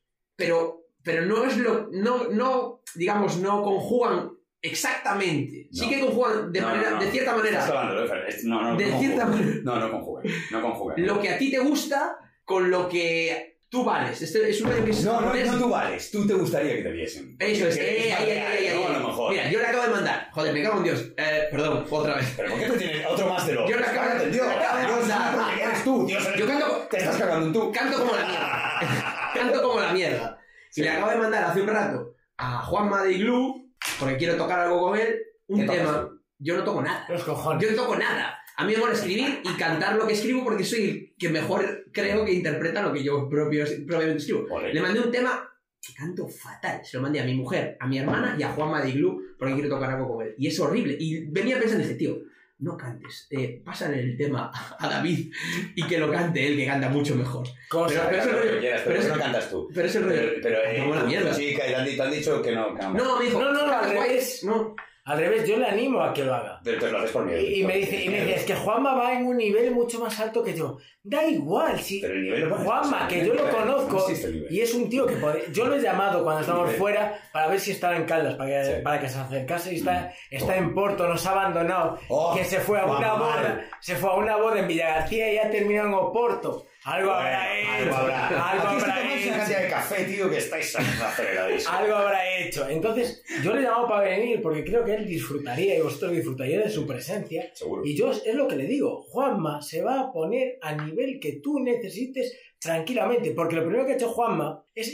Pero no es lo... No, digamos, no conjugan exactamente. Sí No. que conjugan de cierta manera. Estás hablando, no, De cierta conjugan. manera. No conjugan. Lo que a ti te gusta con lo que tú vales. Este es un rollo que es... No tú vales, tú te gustaría que te viesen. Eso es. Que no, a lo mejor. Mira, yo le acabo de mandar. Joder, me cago en Dios. Perdón, otra vez. Pero ¿por qué tú tienes otro más de loco? Yo le acabo de- Dios, le acabo de Dios, mandar. porque eres tú, Dios, eres Yo tú. canto... Te estás cagando en tú. Canto como la mierda. Canto como la mierda. Y Sí. le acabo de mandar hace un rato a Juanma de Iglú, porque quiero tocar algo con él, un ¿Qué tema. tocas? Yo no toco nada. Los cojones. Yo no toco nada. A mí me mola escribir y cantar lo que escribo porque soy el que mejor creo que interpreta lo que yo propiamente escribo. Ole. Le mandé un tema que canto fatal. Se lo mandé a mi mujer, a mi hermana y a Juanma de Iglú porque quiero tocar algo con él. Y es horrible. Y venía pensando y dije, tío, no cantes. Pásale el tema a David y que lo cante él, que canta mucho mejor. Cosa. Pero- Canta lo que quieras, pero pero no es- cantas tú. Pero es el rollo. Pero Como la mierda. Sí, que te han dicho que no. No, me dijo, No, al "Cantas guay". revés. No. Al revés, yo le animo a que lo haga. Pero te lo haces por miedo. Y me dice, es que Juanma va en un nivel mucho más alto que yo. Da igual, si Pero el nivel lo pones. Juanma, que yo lo No conozco, existe el nivel. y es un tío que yo lo he llamado cuando estamos Nivel. fuera para ver si estaba en Caldas, Sí. para que se acercase y está en Porto, nos ha abandonado, Oh, que se fue a una Juanma, boda, mal. se fue a una boda en Villagarcía y ha terminado en Oporto. Algo habrá hecho. Algo habrá. Algo Aquí habrá tomáis una hecho. cantidad de café, tío, que estáis aceleradísimos. Algo habrá hecho. Entonces, yo le he llamado para venir porque creo que él disfrutaría y vosotros disfrutaríais de su presencia. Seguro. Y yo es lo que le digo, Juanma se va a poner a nivel que tú necesites tranquilamente, porque lo primero que ha hecho Juanma es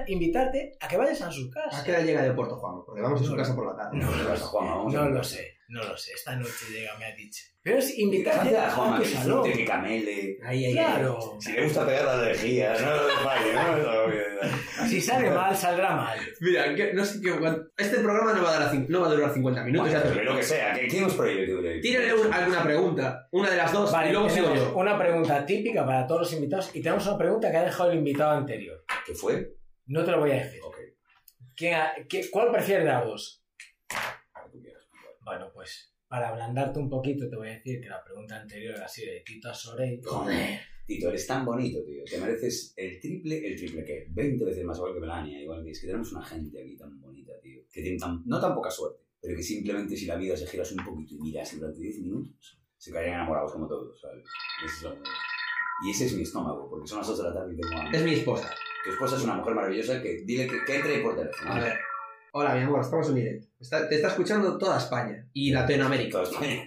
invitarte a que vayas a su ¿A casa. qué hora llega de Puerto Juan? Porque vamos a su casa por la tarde. ¿Qué pasa, Juanma? Vamos a No ver. lo sé. No lo sé, esta noche llega, me ha dicho. Pero es invitar Fíjate a a Juanma tu que salón. disfrute, que camele. Ahí. Claro. Si le gusta pegar la energía, no lo desmaye, ¿no? Si sale mal, saldrá mal. Mira, no sé qué... Este programa no va a durar 50 minutos. Bueno, ya te- pero lo que sea, ¿quién os prohíbe que dure? Tírale alguna pregunta, una de las dos, Vale, y luego sigo tenemos yo. una pregunta típica para todos los invitados y tenemos una pregunta que ha dejado el invitado anterior. ¿Qué fue? No te lo voy a decir. Ok. ¿Cuál prefieres de las dos? Lo que tú quieras. Bueno, pues para ablandarte un poquito te voy a decir que la pregunta anterior ha sido de Tito Asorey. Joder. Tito, eres tan bonito, tío. Te mereces el triple que 20 veces más igual que Melania. Igual que es que tenemos una gente aquí tan bonita, tío. Que tiene no tan poca suerte, pero que simplemente si la vida se giras un poquito y miras durante 10 minutos, se caerían enamorados como todos, ¿sabes? Eso es lo... Y ese es mi estómago, porque son las 8 de la tarde y tengo hambre. Es mi esposa. Tu esposa es una mujer maravillosa que dile que entre por teléfono. A ver. Hola, mi amor, estamos en directo. Te está escuchando toda España y Latinoamérica. Toda España.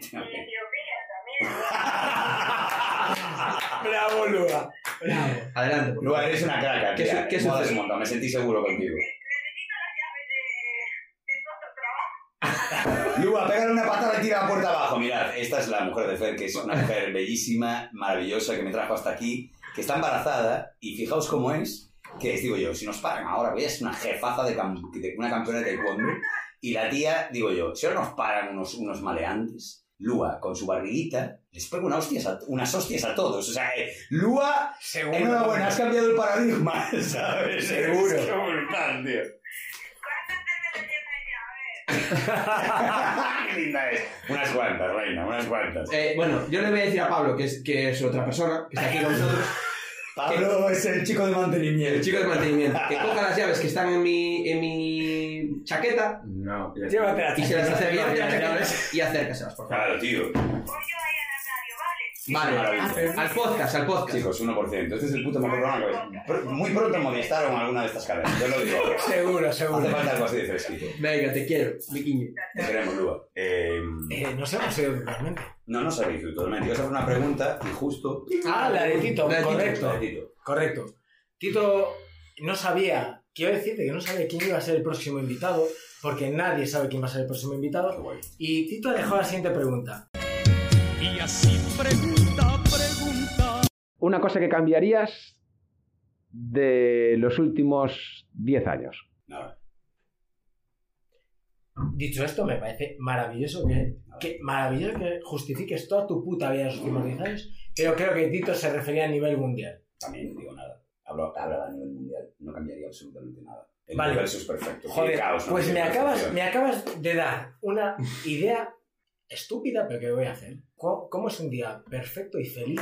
¡Bravo, Lua! ¡Bravo! Adelante. por favor. Lua, eres una craca, ¿Qué tía. su- qué No sucede? desmonta, me sentí seguro contigo. Lua, pégale una patada y tira la puerta abajo. Mirad, esta es la mujer de Fer, que es una mujer bellísima, maravillosa, que me trajo hasta aquí, que está embarazada, y fijaos cómo es, que digo yo, si nos paran ahora, voy a ser una jefaza de una campeona de taekwondo, y la tía, digo yo, si ahora nos paran unos maleantes, Lua, con su barriguita, les pega unas hostias a todos. O sea, Lua, Seguro. enhorabuena, has cambiado el paradigma, ¿sabes? Seguro. Es como brutal, tío. Qué linda es. Unas cuantas, reina, unas cuantas. Bueno, yo le voy a decir a Pablo, que es otra persona, que está aquí con nosotros, Pablo es el chico de mantenimiento. el chico de mantenimiento, que coja las llaves que están en mi chaqueta No. Llévate la y se las acerca Llévate las las llaves llaves. y acércaselas, por favor. Claro, tío. Vale, Maravilla. al podcast. Chicos, 1%. Este es el puto mejor programa que veis. Muy pronto molestaron alguna de estas cadenas. Yo lo digo. Seguro, Hace seguro. falta algo así de fresquito. Venga, te quiero, Viquiño. Te queremos, Lua. Nos hemos ido totalmente. No sabéis totalmente. Ibas a hacer una pregunta y justo... Ah, la de Tito, La de Tito, correcto. La de Tito. Correcto. Tito no sabía, quiero decirte que no sabía quién iba a ser el próximo invitado, porque nadie sabe quién va a ser el próximo Qué invitado. guay. Y Tito ha dejado la siguiente pregunta. Y así pregunta. Una cosa que cambiarías de los últimos 10 años. Nada. Dicho esto, me parece maravilloso que justifiques toda tu puta vida en los últimos 10 años, pero creo que Tito se refería a nivel mundial. También digo nada. Hablo a nivel mundial. No cambiaría absolutamente nada. El Vale. universo es perfecto. Joder, Tiene caos, no pues tiene perfección. me acabas de dar una idea estúpida, pero que voy a hacer. ¿Cómo es un día perfecto y feliz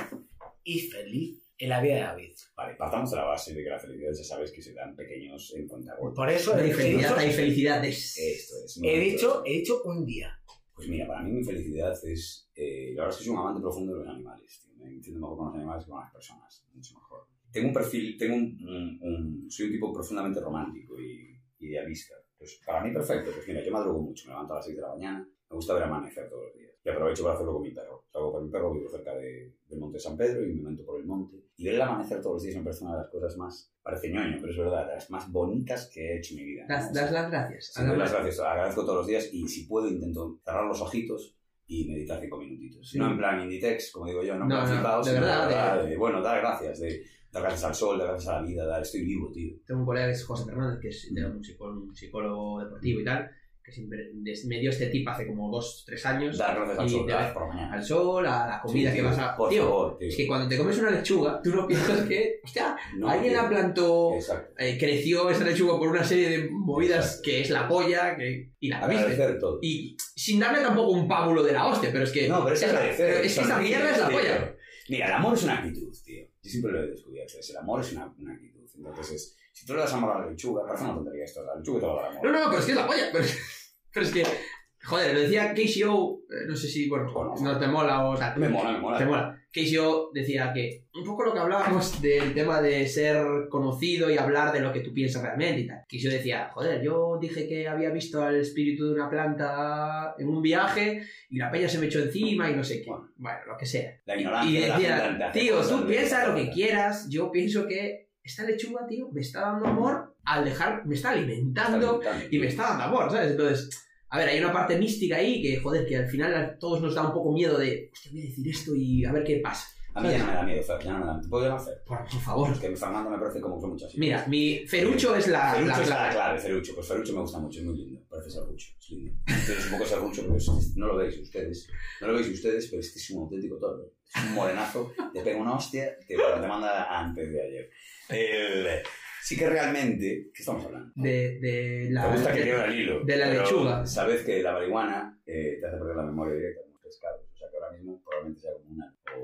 en la vida de David? Vale, partamos de la base de que la felicidad ya sabes que se dan pequeños en contragolpes. Por eso Hay he felicidad, hay dicho, felicidades. Esto es. he dicho un día. Pues mira, para mí mi felicidad es... la verdad es que soy un amante profundo de los animales. Tío. Me entiendo mejor con los animales que con las personas. Mucho mejor. Tengo un perfil... soy un tipo profundamente romántico y idealista. Pues para mí perfecto. Pues mira, yo madrugo mucho. Me levanto a las 6 de la mañana. Me gusta ver amanecer todos los días. Y aprovecho para hacerlo con mi perro. Salgo con mi perro, vivo cerca del monte de San Pedro y me monto por el monte. Y ver el amanecer todos los días me parece una de las cosas más... Parece ñoño, pero es verdad, de las más bonitas que he hecho en mi vida. ¿no? Das las gracias. Sí, doy las gracias, agradezco todos los días y si puedo intento cerrar los ojitos y meditar 5 minutitos. Sí. No en plan Inditex, como digo yo, no en No, plan no, flipados, de sino verdad, de, bueno, dar gracias, dar gracias al sol, dar gracias a la vida, estoy vivo, tío. Tengo un colega que es José Fernández, que es un psicólogo deportivo y tal, que siempre me dio este tip hace como 2-3 años. Dar gracias al Y sol, de dar vez- por la mañana. Al sol, a la comida Sí, que tío, vas a... por Tío, favor, tío. es que cuando te comes una lechuga, tú no piensas que, hostia, No, alguien tío. la plantó, Exacto. creció esa lechuga por una serie de movidas Exacto. que es la polla, y la comiste. Agradecer todo. Y sin darle tampoco un pábulo de la hostia, pero es que... No, pero es agradecer. pero es que esa mierda es la tío. polla. Mira, el amor es una actitud, tío. Yo siempre lo he descubierto. El amor es una actitud. Entonces, si tú le das amor a la lechuga, parece una tontería esto. La lechuga te va a dar amor. No, pero es que es la polla. Pero es que... Joder, lo decía KCO, no sé si, bueno, Bueno. no te mola o tal. Me mola. Te mola. KCO decía que un poco lo que hablábamos del tema de ser conocido y hablar de lo que tú piensas realmente y tal. KCO decía, joder, yo dije que había visto al espíritu de una planta en un viaje y la peña se me echó encima y no sé qué. Bueno, lo que sea. La ignorancia. Y de la gente decía, hace tío, cosas tú de- piensa lo que quieras, yo pienso que esta lechuga, tío, me está dando amor al dejar, me está alimentando y me está dando amor, ¿sabes? Entonces, A ver, hay una parte mística ahí que, joder, que al final a todos nos da un poco miedo de, hostia, voy a decir esto y a ver qué pasa. A mí ya no me da miedo, Fer, ya no me da. ¿Te puedo llamar Fer? Por favor. Es que mi Fernando me parece como que son muchas. Mira, mi Ferrucho es la... Ferrucho es la clave, Ferrucho. Pues Ferrucho me gusta mucho, es muy lindo. Parece serrucho, es lindo. Entonces un poco serrucho, pero no lo veis ustedes. No lo veis ustedes, pero este es un auténtico toro. Es un morenazo, te pega una hostia que te manda antes de ayer. Sí que realmente... ¿Qué estamos hablando? De la... Me gusta que lleve al hilo. De la lechuga. Sabes que la marihuana te hace perder la memoria directa de los pescados. O sea que ahora mismo probablemente sea como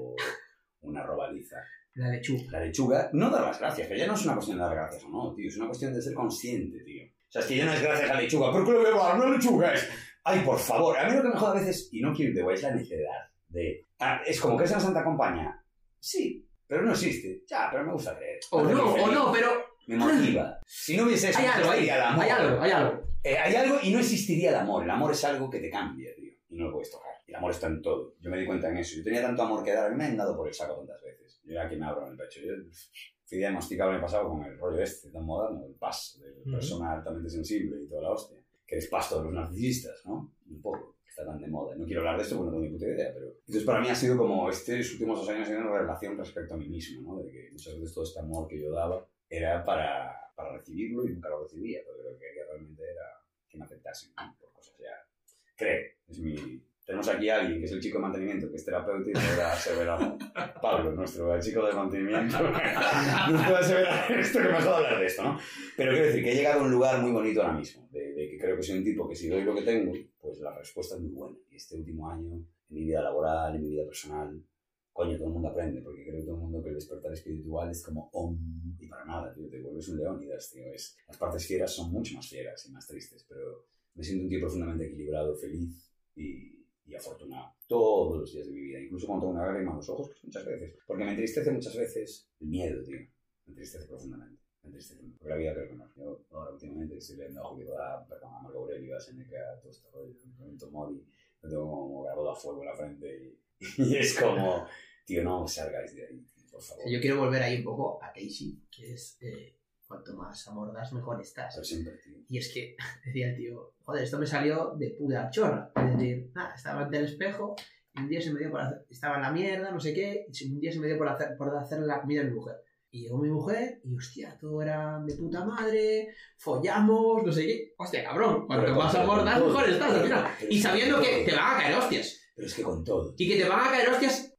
una robaliza. La lechuga. La lechuga, no dar las gracias, que ya no es una cuestión de dar gracias o no, tío. Es una cuestión de ser consciente, tío. O sea, es que ya no es gracias a la lechuga. ¿Por qué lo veo a una lechuga? Es... Ay, por favor. A mí lo que me jode a veces, y no quiero ir de guay, es la necedad de... es como que es la Santa Compañía. Sí, pero no existe. Ya, pero me gusta creer. O no, pero... Me motiva. Si no hubiese eso, hay algo ahí. Hay algo. Hay algo y no existiría el amor. El amor es algo que te cambia, tío. Y no lo puedes tocar. Y el amor está en todo. Yo me di cuenta en eso. Yo tenía tanto amor que dar. A mí me han dado por el saco tantas veces. Yo aquí me abro en el pecho. Yo fui diagnosticado el año pasado con el rollo este tan moderno, el PAS, de persona altamente sensible y toda la hostia. Que es pasto de los narcisistas, ¿no? Un poco. Está tan de moda. No quiero hablar de esto porque no tengo ni puta idea, pero... Entonces para mí ha sido como estos últimos 2 años en una relación respecto a mí mismo, ¿no? De que muchas veces todo este amor que yo daba era para recibirlo y nunca lo recibía, porque lo que quería realmente era que me aceptasen, ¿no? Por cosas ya... Creo, es mi... Tenemos aquí a alguien que es el chico de mantenimiento, que es terapeuta y se verá aseverar. Pablo, nuestro chico de mantenimiento, nos puede aseverar esto, que me jode hablar de esto, ¿no? Pero quiero decir que he llegado a un lugar muy bonito ahora mismo, de que creo que soy un tipo que si doy lo que tengo, pues la respuesta es muy buena. Y este último año, en mi vida laboral, en mi vida personal, coño, todo el mundo aprende, porque creo que todo el mundo que el despertar espiritual es como y para nada, tío, te vuelves un leónidas, tío. Las partes fieras son mucho más fieras y más tristes, pero me siento un tío profundamente equilibrado, feliz y afortunado. Todos los días de mi vida, incluso cuando tengo una lágrima en los ojos, pues muchas veces. Porque me entristece muchas veces el miedo, tío. Me entristece profundamente. Me entristece mucho. Porque la vida creo que no. Yo ahora últimamente estoy leyendo a Marco Aurelio, a Seneca, todo este rollo, Memento Mori, lo tengo como grabado a fuego en la frente y es como, tío, no salgáis de ahí, tío, por favor. Yo quiero volver ahí un poco a Casey, que es cuanto más amor das, mejor estás. Pero siempre, tío. Y es que decía el tío, joder, esto me salió de puta chorra. Es decir, estaba ante el espejo y un día se me dio por hacer, estaba en la mierda, no sé qué, y un día se me dio por hacer la comida a mi mujer. Y llegó mi mujer y, hostia, todo era de puta madre, follamos, no sé qué. Hostia, cabrón, cuanto más amor das, mejor estás al final. Y sabiendo que te van a caer hostias. Pero es que con todo. Y que te van a caer hostias,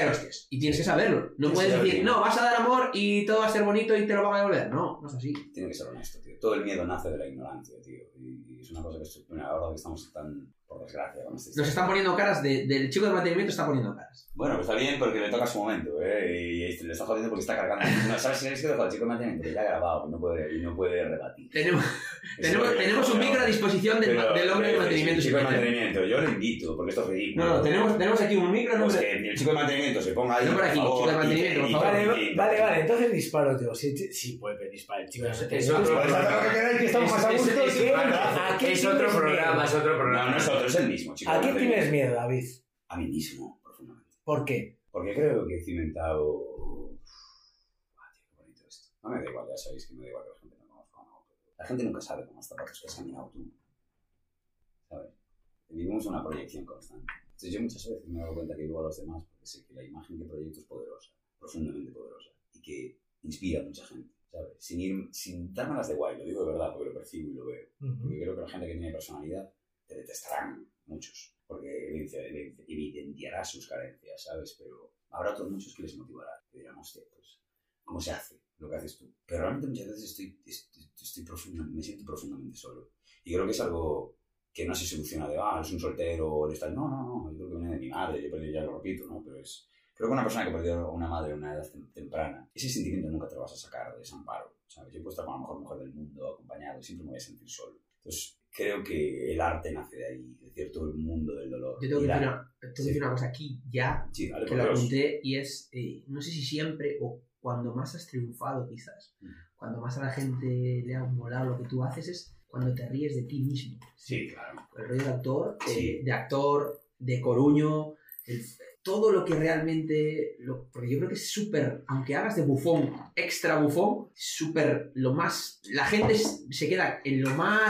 Y tienes que saberlo. No puedes decir, no, vas a dar amor y todo va a ser bonito y te lo van a devolver. No, no es así. Tiene que ser honesto, tío. Todo el miedo nace de la ignorancia, tío. Y es una cosa que ahora que estamos tan, por desgracia, con este... Nos están poniendo caras, del chico de mantenimiento está poniendo caras. Bueno, pues está bien porque le toca su momento, y le está jodiendo porque está cargando. No, ¿sabes si es que dejó al chico de mantenimiento? Que ya ha grabado y no puede rebatir. Tenemos un micro a disposición del hombre de mantenimiento. El chico de mantenimiento, yo lo invito porque esto es ridículo. No, tenemos aquí un micro. Pues que el chico de mantenimiento se ponga ahí. No por aquí, favor, chico de mantenimiento, por favor. Vale, entonces disparo, tío. Sí, puede disparar el chico de mantenimiento. Es otro programa. No es otro, es el mismo, chico. ¿A qué tienes miedo, David? A mí mismo, profundamente. ¿Por qué? Porque creo que he cimentado... tío, qué bonito esto. No me da igual, ya sabéis que me da igual que la gente no conozca o no. La gente nunca sabe con los zapatos que has caminado tú. ¿Sabes? Vivimos una proyección constante. Entonces yo muchas veces me he dado cuenta que vivo a los demás porque sé que la imagen que proyecto es poderosa, profundamente poderosa, y que inspira a mucha gente, ¿sabes? Sin dármelas de guay, lo digo de verdad, porque lo percibo y lo veo. Porque creo que la gente que tiene personalidad te detestarán muchos, porque evidenciará sus carencias, ¿sabes? Pero habrá otros muchos que les motivará, que dirán, hostia, pues, ¿cómo se hace lo que haces tú? Pero realmente muchas veces me siento profundamente solo. Y creo que es algo que no se soluciona de, es un soltero, o tal. No, yo creo que viene de mi madre, yo ya lo repito, ¿no? Pero creo que una persona que perdió a una madre a una edad temprana, ese sentimiento nunca te lo vas a sacar de desamparo, ¿sabes? Yo puedo estar con la mejor mujer del mundo, acompañado, y siempre me voy a sentir solo. Entonces, creo que el arte nace de ahí, de cierto el mundo del dolor. Yo tengo que decir una cosa aquí ya, sí, dale, que lo apunté, y es, no sé si siempre o cuando más has triunfado quizás, cuando más a la gente le ha molado lo que tú haces, es cuando te ríes de ti mismo. Sí, claro. El rollo de actor, de Coruño, todo lo que realmente... porque yo creo que es súper... Aunque hagas de bufón, extra bufón, súper lo más... La gente se queda en lo más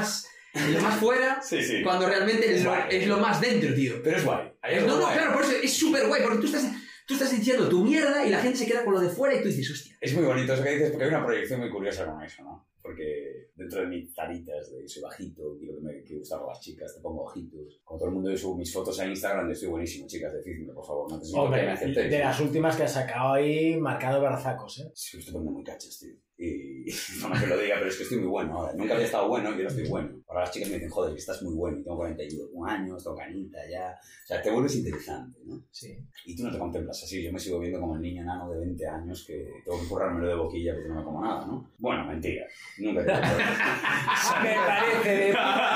lo más fuera, Sí, sí. cuando realmente es lo más dentro, tío. Pero es guay. No, claro, por eso es súper guay, porque tú estás diciendo tu mierda y la gente se queda con lo de fuera y tú dices, hostia. Es muy bonito eso que dices, porque hay una proyección muy curiosa con eso, ¿no? Porque dentro de mis taritas de soy bajito, quiero que me gustan las chicas, te pongo ojitos. Como todo el mundo, yo subo mis fotos a Instagram de estoy buenísimo, chicas, decidme, por favor, no necesito que me Hombre, aceptéis. de las últimas que has sacado ahí marcando brazacos, ¿eh? Sí, me estoy poniendo muy cachas, tío. Y no que lo diga, pero es que estoy muy bueno ahora. Nunca había estado bueno y ahora estoy bueno. Ahora las chicas me dicen, joder, que estás muy bueno. Y tengo 41 años, tengo canita ya. O sea, te vuelves interesante, ¿no? Sí. Y tú no te contemplas así. Yo me sigo viendo como el niño enano de 20 años que tengo que currármelo de boquilla porque no me como nada, ¿no? Bueno, mentira. Nunca te Me parece de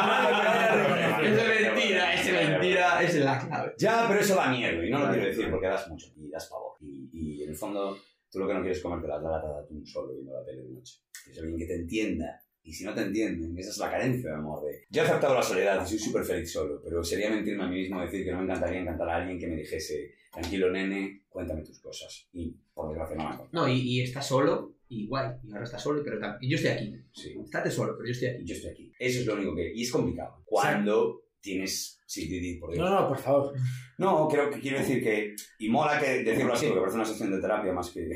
Es mentira, esa es la clave. Ya, pero eso da miedo. Y no lo quiero decir porque das mucho. Y das pavor. Y en el fondo, tú lo que no quieres es comerte la lata de atún solo viendo la tele de noche. Es alguien que te entienda. Y si no te entienden, esa es la carencia de amor. Yo he aceptado la soledad y soy súper feliz solo, pero sería mentirme a mí mismo decir que no me encantaría encantar a alguien que me dijese, tranquilo nene, cuéntame tus cosas. Y por desgracia no me encuentro. No, y estás solo, y guay, y ahora estás solo, pero y yo estoy aquí. Sí. Estate solo, pero yo estoy aquí. Y yo estoy aquí. Eso es lo único que... Y es complicado. Cuando tienes... Sí, Didi, por Dios. No, por favor. No, creo que quiero decir que... Y mola que decirlo así, porque parece una sesión de terapia más que...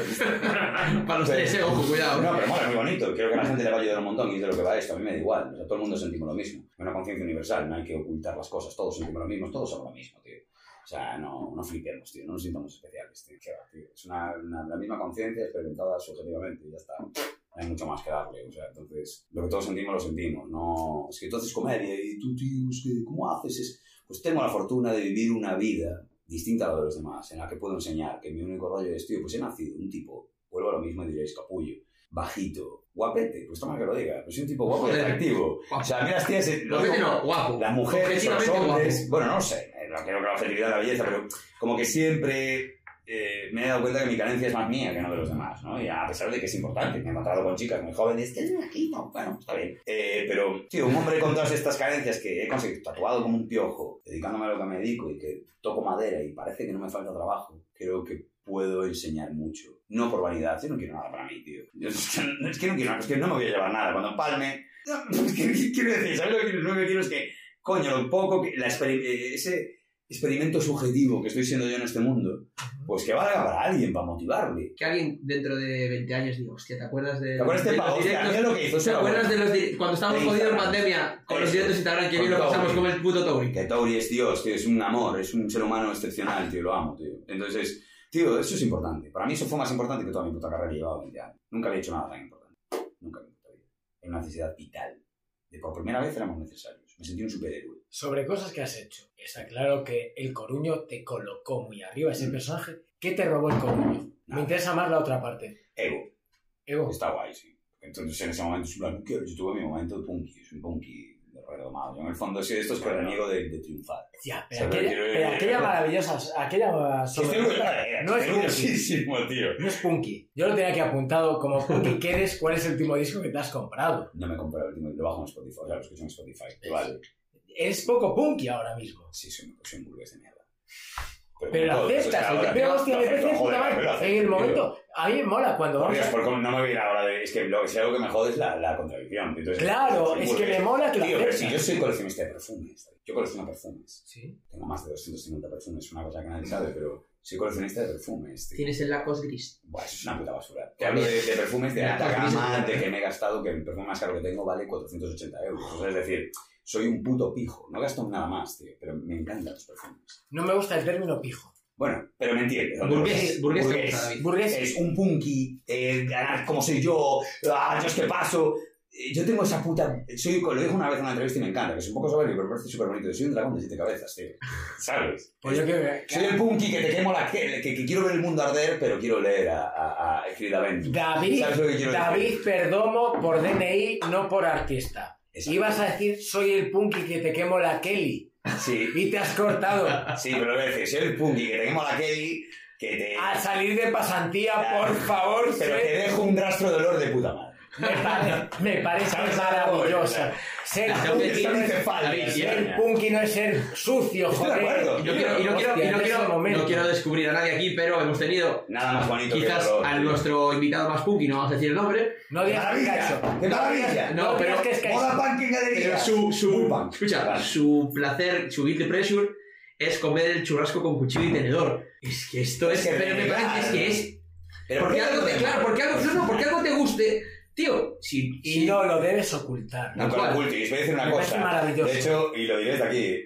Para los tres, ojo, cuidado. No, pero mola, es muy bonito. Creo que a la gente le va a ayudar un montón y es de lo que va esto. A mí me da igual. O sea, todo el mundo sentimos lo mismo. Es una conciencia universal. No hay que ocultar las cosas. Todos sentimos lo mismo. Todos somos lo mismo, tío. O sea, no flipemos, tío. No nos sintamos especiales, tío. ¿Qué va, tío? Es la misma conciencia experimentada subjetivamente y ya está. No hay mucho más que darle. O sea, entonces, lo que todos sentimos, lo sentimos. No... Es que tú haces comedia y tú, tío, es que... ¿Cómo haces? Pues tengo la fortuna de vivir una vida distinta a la de los demás, en la que puedo enseñar que mi único rollo es, tío, pues he nacido un tipo, vuelvo a lo mismo y diréis capullo, bajito, guapete, pues toma que lo diga, pues soy un tipo guapo y atractivo. O sea, mira las tías... Guapete no, guapo. Las mujeres, los hombres... Guapo. Bueno, no lo sé, no creo que la objetividad de la belleza, pero como que siempre... me he dado cuenta que mi carencia es más mía que no de los demás, ¿no? Y a pesar de que es importante, me he encontrado con chicas muy jóvenes que aquí no, bueno, está bien. Pero, tío, un hombre con todas estas carencias que he conseguido, tatuado como un piojo, dedicándome a lo que me dedico y que toco madera y parece que no me falta trabajo, creo que puedo enseñar mucho. No por vanidad, yo no quiero nada para mí, tío. Es que no quiero nada, es que no me voy a llevar nada. Cuando palme, quiero decir, ¿sabes lo que quiero? Es que, coño, lo poco que... ese experimento subjetivo que estoy siendo yo en este mundo, pues que valga para alguien, para motivarle. Que alguien dentro de 20 años diga, hostia, ¿te acuerdas de... ¿Te acuerdas de pavo? Hostia, mira lo que hizo. ¿Te acuerdas de los cuando estábamos jodidos en pandemia con los directos de Instagram que bien lo pasamos como el puto Tauri? Que Tauri es Dios, tío, es un amor, es un ser humano excepcional, tío, lo amo, tío. Entonces, tío, eso es importante. Para mí eso fue más importante que toda mi puta carrera llevaba 20 años. Nunca había hecho nada tan importante. Nunca en mi puta vida. Era una necesidad vital. De por primera vez éramos necesarios. Me sentí un superhéroe. Sobre cosas que has hecho. Está claro que el Coruño te colocó muy arriba ese personaje. ¿Qué te robó el Coruño? Me interesa más la otra parte. Ego. Está guay, sí. Entonces en ese momento yo tuve mi momento de punky. Soy un punky de redomado. Yo en el fondo soy de estos que reniego de triunfar. Ya, pero aquella maravillosa... Aquella no es orgullosísimo, tío. No es punky. Yo lo tenía aquí apuntado como punky. ¿Qué eres? ¿Cuál es el último disco que te has comprado? No me he comprado el último, lo bajo en Spotify. O sea, lo escucho en Spotify. Vale. Eres poco punky ahora mismo. Sí, soy un burgués de mierda. Pero lo aceptas, pero hostia, me parece puta madre. En el momento, a mí me mola cuando vamos a... Porque no me voy a ir ahora de... Es que si algo que me jode es la contradicción. Entonces, claro, es que me mola que lo aceptas. Pero si yo soy coleccionista de perfumes. Yo colecciono perfumes. Sí. Tengo más de 250 perfumes, es una cosa que nadie sabe, pero soy coleccionista de perfumes. Tío. Tienes el Lacoste gris. Buah, eso es una puta basura. Te hablo de perfumes de alta gama, de que me he gastado, que el perfume más caro que tengo vale 480 euros. O sea, es decir... Soy un puto pijo. No gasto nada más, tío. Pero me encantan los perfumes. No me gusta el término pijo. Bueno, pero me entiendes. Burgués. Es un punky. Como soy yo. Yo es que paso. Yo tengo esa puta... Lo dijo una vez en una entrevista y me encanta. Que soy un poco soberbio, pero me parece súper bonito. Soy un dragón de 7 cabezas, tío. ¿Sabes? Pues yo soy el punky que te quemo que quiero ver el mundo arder, pero quiero leer a Escridavent. David Perdomo por DNI, no por artista. Ibas a decir, soy el punky que te quemo la Kelly. Sí. Y te has cortado. Sí, pero lo decir, soy el punky que te quemo la Kelly, que te... Al salir de pasantía, por favor. Pero te dejo un rastro de olor de puta madre. Me parece maravillosa. Ser Tengo que punky decir, no es David, ser punky no es ser sucio, Estoy de joder. acuerdo. No quiero descubrir a nadie aquí, pero hemos tenido Nada más bonito quizás que el a nuestro invitado más punky, no vamos a decir el nombre, No digas Picasso. ¡Qué maravilla! No, pero digas que es Moda punk en galería. pero Muy punk. escucha, Vale. su placer, su guilty pleasure es comer el churrasco con cuchillo y tenedor. Es que esto es, Es que pero me real. parece que es Pero porque ¿por qué algo te, no? claro, porque algo te guste, tío, Y no lo debes ocultar. No, con el culto. Y os voy a decir una Me parece cosa. maravilloso. De hecho, y lo diré desde aquí,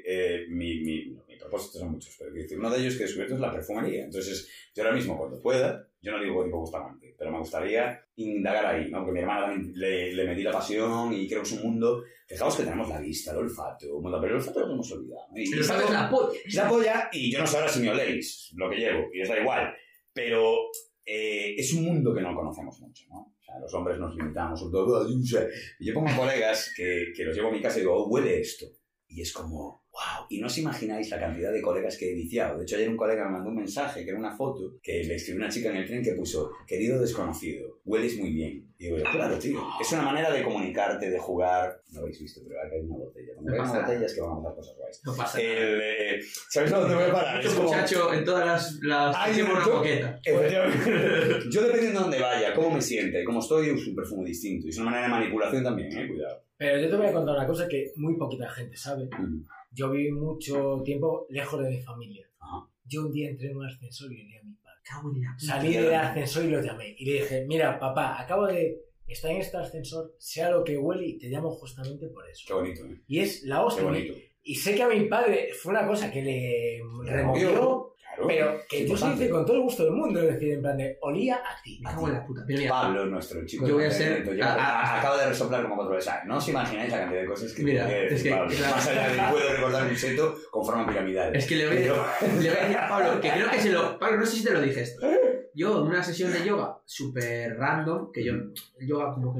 mi propósito son muchos, pero quiero decir, uno de ellos que he descubierto es la perfumería. Entonces, yo ahora mismo, cuando pueda, yo no digo tipo Bustamante, pero me gustaría indagar ahí, ¿no? Porque mi hermana también le metí la pasión y creo que es un mundo. Fijaos que tenemos la vista, el olfato, pero el olfato lo hemos olvidado, ¿no? Y pero sabes la polla. es la polla, y yo no sé ahora si me oléis lo que llevo, y os da igual, pero es un mundo que no conocemos mucho, ¿no? O sea, los hombres nos limitamos, sobre todo, y yo pongo colegas que los llevo a mi casa y digo, oh, huele esto, y es como, wow, y no os imagináis la cantidad de colegas que he viciado. De hecho, ayer un colega me mandó un mensaje, que era una foto, que le escribió una chica en el tren que puso, querido desconocido, hueles muy bien. Y digo, claro, tío, es una manera de comunicarte, de jugar. No lo habéis visto, pero acá hay una botella. Cuando No hay pasa una nada. botella es que van a pasar cosas guays. No pasa nada. ¿Sabes a dónde voy a parar? Este Es como... muchacho en todas las Ay, tiene una yo- coqueta. Efectivamente. Yo dependiendo de dónde vaya, cómo me siente, cómo estoy, uso un perfume distinto. Y es una manera de manipulación también, cuidado. Pero yo te voy a contar una cosa que muy poquita gente sabe. Yo viví mucho tiempo lejos de mi familia. Ajá. Yo un día entré en un ascensor y olía a mi padre. Cago en la puta. Salí del ascensor y lo llamé. Y le dije, mira, papá, acabo de estar en este ascensor, sea lo que huele y te llamo justamente por eso. Qué bonito, Y es la Qué hostia. bonito. Y sé que a mi padre fue una cosa que le removió, Claro. pero que Es yo se lo hice importante. con todo el gusto del mundo. Es decir, en plan de, olía a ti. Me cago en la puta. Pero mira, Pablo, nuestro chico. Yo voy a de ser- mantenimiento, acaba de resoplar como 4 veces. No os imagináis la cantidad de cosas que Mira, puede decir es que- Pablo. claro. Más allá de que puedo recordar un seto con forma piramidal. es que le voy a decir a Pablo, que creo que se lo... Pablo, no sé si te lo dije esto. Yo, en una sesión de yoga súper random, que yo, el yoga como que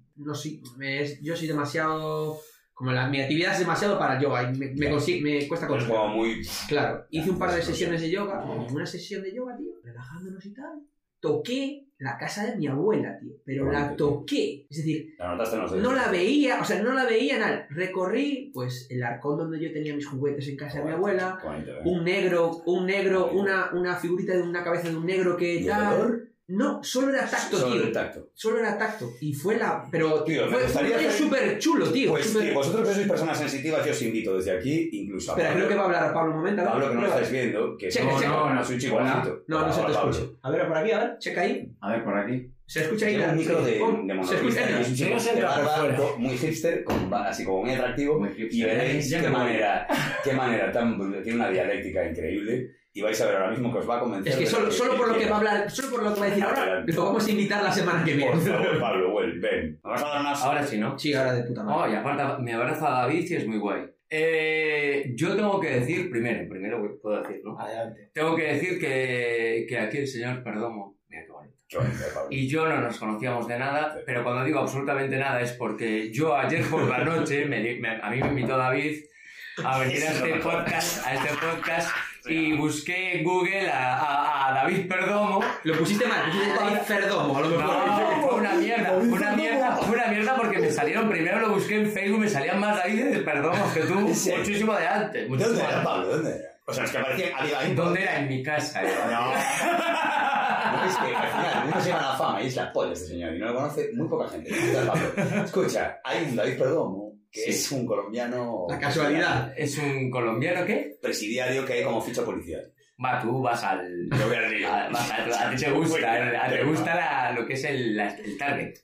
yo soy demasiado... Como mi actividad es demasiado para el yoga y me cuesta Es cosas. como muy... Claro, hice un par de sesiones de yoga, y en una sesión de yoga, tío, relajándonos y tal, toqué la casa de mi abuela, tío, pero Qué la bonito, tío. toqué, es decir, La notaste en los dedos. no la veía, o sea, no la veía nada, recorrí, pues, el arcón donde yo tenía mis juguetes en casa de mi abuela, Qué bonito, un negro, una figurita de una cabeza de un negro que ¿Y el tal... olor? No, solo era tacto, Solo tío. el tacto. Solo era tacto. Y fue la... Pero Tío, me fue un gustaría rollo hacer- súper chulo, tío. Pues súper- vosotros que sois personas sensitivas, yo os invito desde aquí, incluso a Espera, Pablo. creo que va a hablar a Pablo un momento. a ver. Pablo, que no lo Prueba. estáis viendo, que Checa, checa. no soy chico bajito. No, no se te Hola, Pablo. escucha. A ver, por aquí, a ver, checa ahí. A ver, por aquí. ¿Se escucha ahí? Tiene un micro de Oh, se monopolista, escucha. y es un Sí, chico no se de entra por barba, fuera. muy hipster, así como muy atractivo, Muy hipster. y veréis Ya qué me voy. manera tan... Tiene una dialéctica increíble, y vais a ver ahora mismo que os va a convencer. Es que de solo por lo que va a hablar, solo por lo que va a decir ahora, Adelante. le podemos invitar la semana que viene. Por favor, Pablo, ven. Vamos a dar más... Ahora sí, ¿no? Sí, ahora de puta madre. Oh, y aparte me abraza David y es muy guay. Yo tengo que decir, primero puedo decir, ¿no? Adelante. Tengo que decir que aquí el señor Perdomo, mira qué bonito. Qué bonito, Pablo. Y yo no nos conocíamos de nada, pero cuando digo absolutamente nada es porque yo ayer por la noche, a mí me invitó David a venir a este podcast y busqué en Google a David Perdomo. Lo pusiste mal, pusiste David Ferdomo, a lo mejor. No, fue una mierda porque me salieron, primero lo busqué en Facebook, me salían más David Perdomos que tú, serio? muchísimo de antes. muchísimo ¿Dónde era, antes. Pablo? ¿Dónde era? O sea, es que aparecían ahí. ¿Dónde era? En mi casa. No. No, es que al final uno se llama la fama y es la polla este señor y no lo conoce muy poca gente. Escucha, hay un David Perdomo que Sí. es un colombiano... La casualidad. ¿Es un colombiano qué? Presidiario que hay como ficha policial. Va, tú vas al... Yo voy al río. A ti te gusta, te gusta lo que es el target.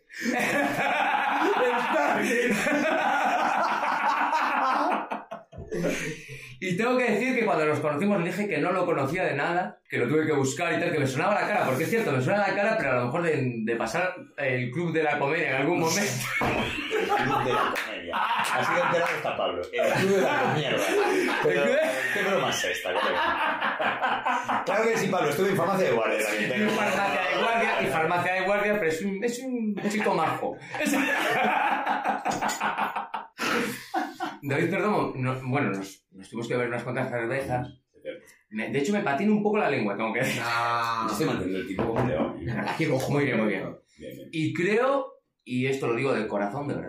Y tengo que decir que cuando nos conocimos le dije que no lo conocía de nada, que lo tuve que buscar y tal, que me sonaba la cara, porque es cierto, me suena la cara, pero a lo mejor de pasar el club de la comedia en algún momento. El club de la comedia. Ha sido enterado está Pablo. El club de la mierda. Pero, ¿qué broma es esta, colega? Claro que sí, Pablo. Estuve en farmacia de guardia también. Y farmacia de guardia, pero es un chico majo. David Perdomo, bueno, nos tuvimos que ver unas cuantas cervezas. De hecho, me patina un poco la lengua, tengo que decir. No estoy manteniendo el tipo como te va. Qué cojo. Muy bien, muy bien. Bien, bien. Y creo, y esto lo digo de corazón, de verdad,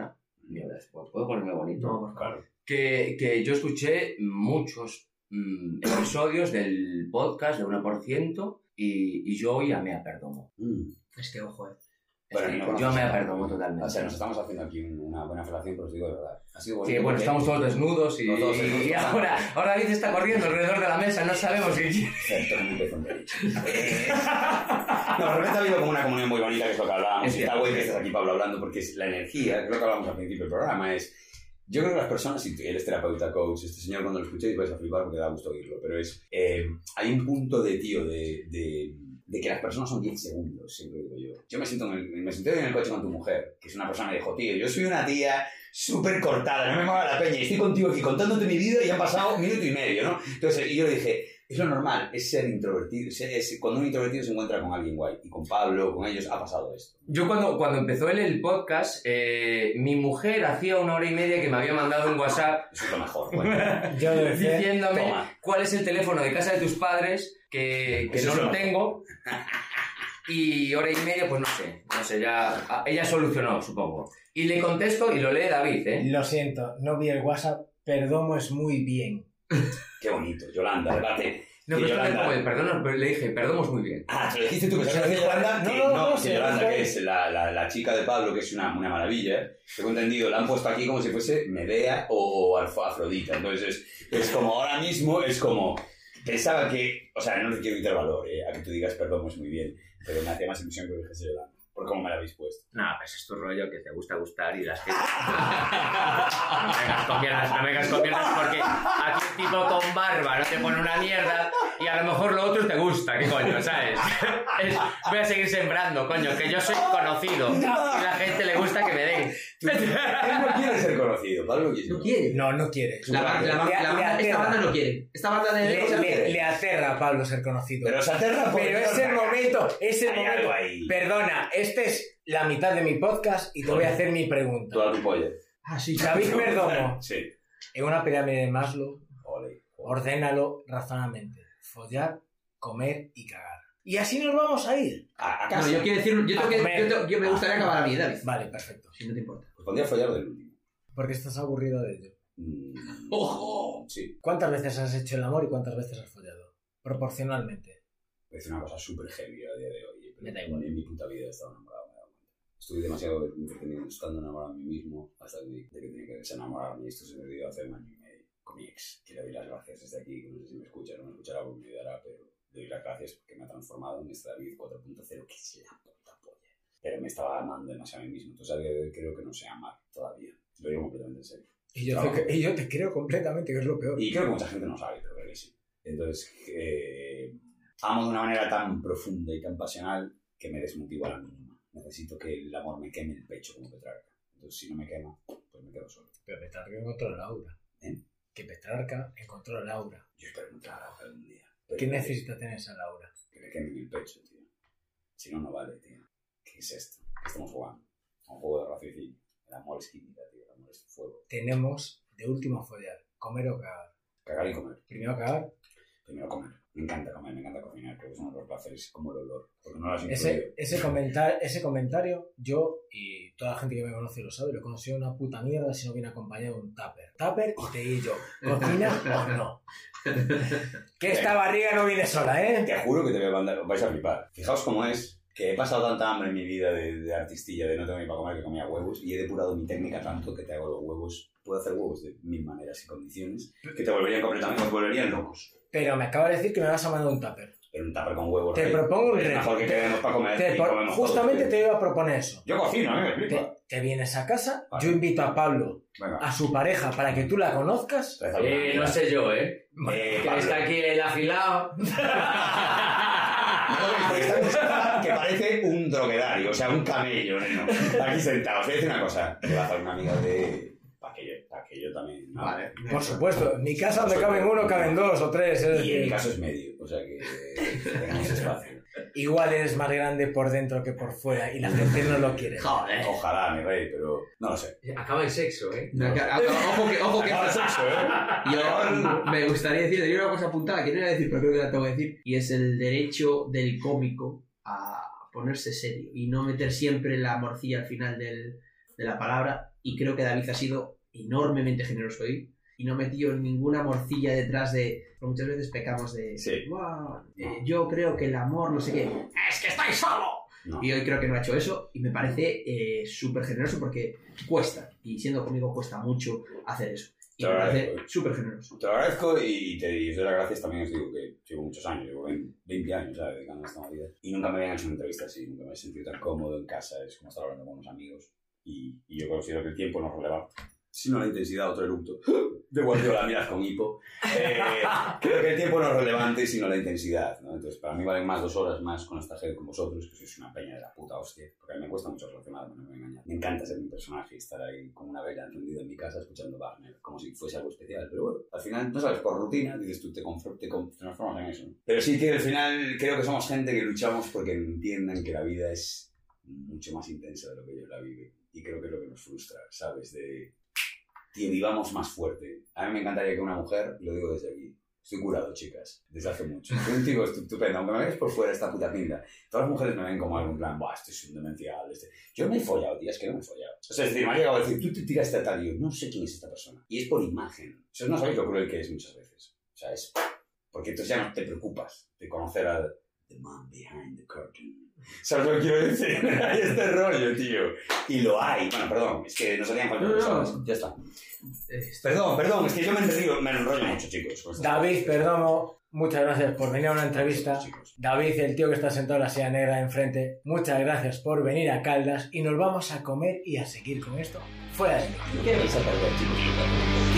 Mira, puedo ponerme bonito. No, por favor. Que yo escuché muchos episodios del podcast de 1% y yo hoy ya me aperdomo. Es que, ojo, Bueno, a mí no Yo me conozco. aperdomo totalmente. O sea, nos estamos haciendo aquí una buena relación, pero os digo de verdad. Ha sido bonito. Sí, bueno, porque- estamos todos desnudos y, Los dos desnudos. y ahora David está corriendo alrededor de la mesa, no sabemos si... Perfecto, como un pezón derecho. No, de repente ha habido como una comunión muy bonita, que es lo que hablábamos. Es Y está cierto. guay que estés aquí, Pablo, hablando, porque es la energía, que es lo que hablábamos al principio del programa, es... Yo creo que las personas, y él es terapeuta, coach, este señor cuando lo escuchéis vais a flipar porque da gusto oírlo, pero es... hay un punto de, tío, de que las personas son 10 segundos, siempre digo yo. Yo me senté en el coche con tu mujer, que es una persona que dijo, tío, yo soy una tía súper cortada, no me mueva la peña, y estoy contigo aquí contándote mi vida y han pasado 1 minuto y medio, ¿no? Entonces, y yo le dije, es lo normal, es ser introvertido, es cuando un introvertido se encuentra con alguien guay, y con Pablo, con ellos, ha pasado esto. Yo cuando empezó el podcast, mi mujer hacía 1 hora y media que me había mandado un WhatsApp Eso es lo mejor, güey. Yo lo decía. diciéndome Toma. cuál es el teléfono de casa de tus padres, que Eso no es lo lo- tengo. Y 1 hora y media, pues no sé, ya ella solucionó, supongo. Y le contesto y lo lee David, ¿eh? Lo siento, no vi el WhatsApp. Perdomo es muy bien. Qué bonito, Yolanda, debate. No, Que pero esto Yolanda- como el perdón, pero le dije, perdonamos muy bien. Ah, te lo dijiste tú, que Se sabes lo que dijo Yolanda, él. que No, que se lo Yolanda, dijo que él. es la chica de Pablo, que es una maravilla, tengo entendido, la han puesto aquí como si fuese Medea o Afrodita. Entonces es como ahora mismo, es como, pensaba que, o sea, no le quiero quitar valor a que tú digas perdón, es muy bien, pero me hacía más ilusión que lo dijese Yolanda, por cómo me la habéis puesto. No, pues es tu rollo que te gusta gustar y las que... no vengas con mierdas porque aquí un tipo con barba no te pone una mierda y a lo mejor lo otro te gusta, ¿qué coño, sabes? Voy a seguir sembrando, coño, que yo soy conocido y la gente le gusta que me den. Él no quiere ser conocido, Pablo quiere ser No quiere. No quiere. Esta banda no quiere. Esta banda de... Le aterra a Pablo ser conocido. Pero se aterra porque Pero no es el está- momento, es el Hay momento. algo ahí. Perdona, esta es la mitad de mi podcast y te voy a hacer mi pregunta. Toda tu polla. Ah, sí. David Perdomo, Sí. en una pirámide de Maslow, Ole. ordénalo razonadamente. Follar, comer y cagar. Y así nos vamos a ir. A No, casa. yo quiero decir... Yo me gustaría acabar a mí, David. Vale, perfecto. Si no te importa. Pues pondría follar del último. Porque estás aburrido de ello. ¡Ojo! Sí. ¿Cuántas veces has hecho el amor y cuántas veces has follado? Proporcionalmente. Es una cosa súper heavy a día de hoy. Pero Me da igual. En mi puta vida he estado enamorado, me he dado cuenta. Estuve demasiado entretenido estando enamorado de mí mismo hasta de que tenía que desenamorarme. Y esto se me dio hace 1 año y medio con mi ex. Que le doy las gracias desde aquí, que no sé si me escucha, no me escuchará porque me ayudará, pero le doy las gracias porque me ha transformado en este David 4.0, que es la puta polla. Pero me estaba amando demasiado a mí mismo. Entonces a día de hoy creo que no sé amar todavía. Lo digo completamente en serio. Y yo te creo completamente, que es lo peor. Y creo que mucha gente no sabe, pero creo que sí. Entonces, amo de una manera tan profunda y tan pasional que me desmotivo a la mínima. Necesito que el amor me queme el pecho como Petrarca. Entonces, si no me quema, pues me quedo solo. Pero Petrarca encontró a Laura. ¿Eh? Que Petrarca encontró a Laura. Yo espero encontrar a algún día. Pero ¿Qué necesita tener esa Laura? Que me queme el pecho, tío. Si no, no vale, tío. ¿Qué es esto? ¿Qué estamos jugando? Un juego de raciocinio. El amor es química, tío. El amor es fuego. Tenemos de último follar, comer o cagar. Cagar y comer. Primero cagar. Primero comer. Me encanta comer, me encanta cocinar. Creo que es uno de los placeres como el olor. Porque no lo has incluido. Ese comentario, yo y toda la gente que me conoce lo sabe, lo considero una puta mierda si no viene acompañado de un tupper. Tupper y te digo yo, ¿cocinas o no? Que esta barriga no viene sola, ¿eh? Te juro que te voy a mandar, vais a flipar. Fijaos cómo es que he pasado tanta hambre en mi vida de artistilla, de no tengo ni para comer, que comía huevos, y he depurado mi técnica tanto que te hago los huevos. Puedo hacer huevos de 1000 maneras y condiciones que te volverían completamente, os volverían locos. Pero me acaba de decir que me vas a mandar un tupper. Pero un tupper con huevos. Te rey, propongo un es reto. mejor que quedemos para comer y comemos Justamente todos, te iba a proponer eso. tío. Yo cocino, a mí me flipa. Te vienes a casa, Vale. yo invito a Pablo, Venga. a su pareja, para que tú la conozcas. Traes alguna amiga. No sé yo, ¿eh? Que Pablo. está aquí el afilado. Porque está en un sofá que parece un droguedario, o sea, un camello, neno. Aquí sentado. Os voy a decir una cosa. Te va a hacer una amiga de... Para que yo también... ¿no? Vale. Por supuesto, en mi casa donde caben uno, caben dos o tres. Es Y en decir, mi caso es medio, o sea que tenemos espacio. igual eres más grande por dentro que por fuera y la gente no lo quiere. Joder. Ojalá, mi rey, pero no lo sé. Acaba el sexo, ¿eh? Ojo que... Acaba sexo, ¿eh? Yo me gustaría decir, tenía una cosa apuntada que no iba a decir, pero creo que la tengo que decir, y es el derecho del cómico a ponerse serio y no meter siempre la morcilla al final de la palabra y creo que David ha sido enormemente generoso hoy y no metió ninguna morcilla detrás de... Muchas veces pecamos de... Sí. "Wow, yo creo que el amor, no sé qué... ¡Es que estáis solo!" No. Y hoy creo que no ha hecho eso y me parece súper generoso porque cuesta, y siendo conmigo cuesta mucho hacer eso. Y me parece súper generoso. Te lo agradezco y te doy las gracias también. Os digo que llevo muchos años, llevo 20 años, ¿sabes? Dedicando a esta movida. Y nunca me habían hecho una entrevista así, nunca me he sentido tan cómodo en casa, es como estar hablando con unos amigos. Y yo considero que el tiempo no es relevante, sino la intensidad, otro eructo. De Guardiola, miras con hipo. Creo que el tiempo no es relevante, sino la intensidad, ¿no? Entonces, para mí valen más 2 horas más con esta gente con vosotros, que sois una peña de la puta hostia. Porque a mí me cuesta mucho relacionarme, no me voy a engañar. Me encanta ser mi personaje y estar ahí con una vela encendida en mi casa escuchando Wagner, como si fuese algo especial. Pero bueno, al final, no sabes, por rutina, dices tú, te transformas en eso, ¿no? Pero sí que al final creo que somos gente que luchamos porque entiendan que la vida es mucho más intensa de lo que ellos la viven. Y creo que es lo que nos frustra, ¿sabes? Tío, vivamos más fuerte. A mí me encantaría que una mujer, y lo digo desde aquí, estoy curado, chicas, desde hace mucho. Soy un tipo estupendo, aunque me veáis por fuera esta puta pinta. Todas las mujeres me ven como algo en plan, buah, este es un demencial. Yo me he follado, tías, que no me he follado. O sea, es decir, me ha llegado a decir, tú te tiraste a tal, y yo no sé quién es esta persona. Y es por imagen. O sea, no sabéis lo cruel que es muchas veces. O sea, es... Porque entonces ya no te preocupas de conocer al the man behind the curtain. ¿Sabes lo que quiero decir? Hay este rollo, tío. Y lo hay. Bueno, perdón, es que no salían faltas personas. Ya está. Perdón, es que yo me enrollo mucho, chicos. David Perdomo, muchas gracias por venir a una entrevista. David, el tío que está sentado en la silla negra de enfrente, muchas gracias por venir a Caldas y nos vamos a comer y a seguir con esto fuera de mí. ¿Qué vais a perder, chicos?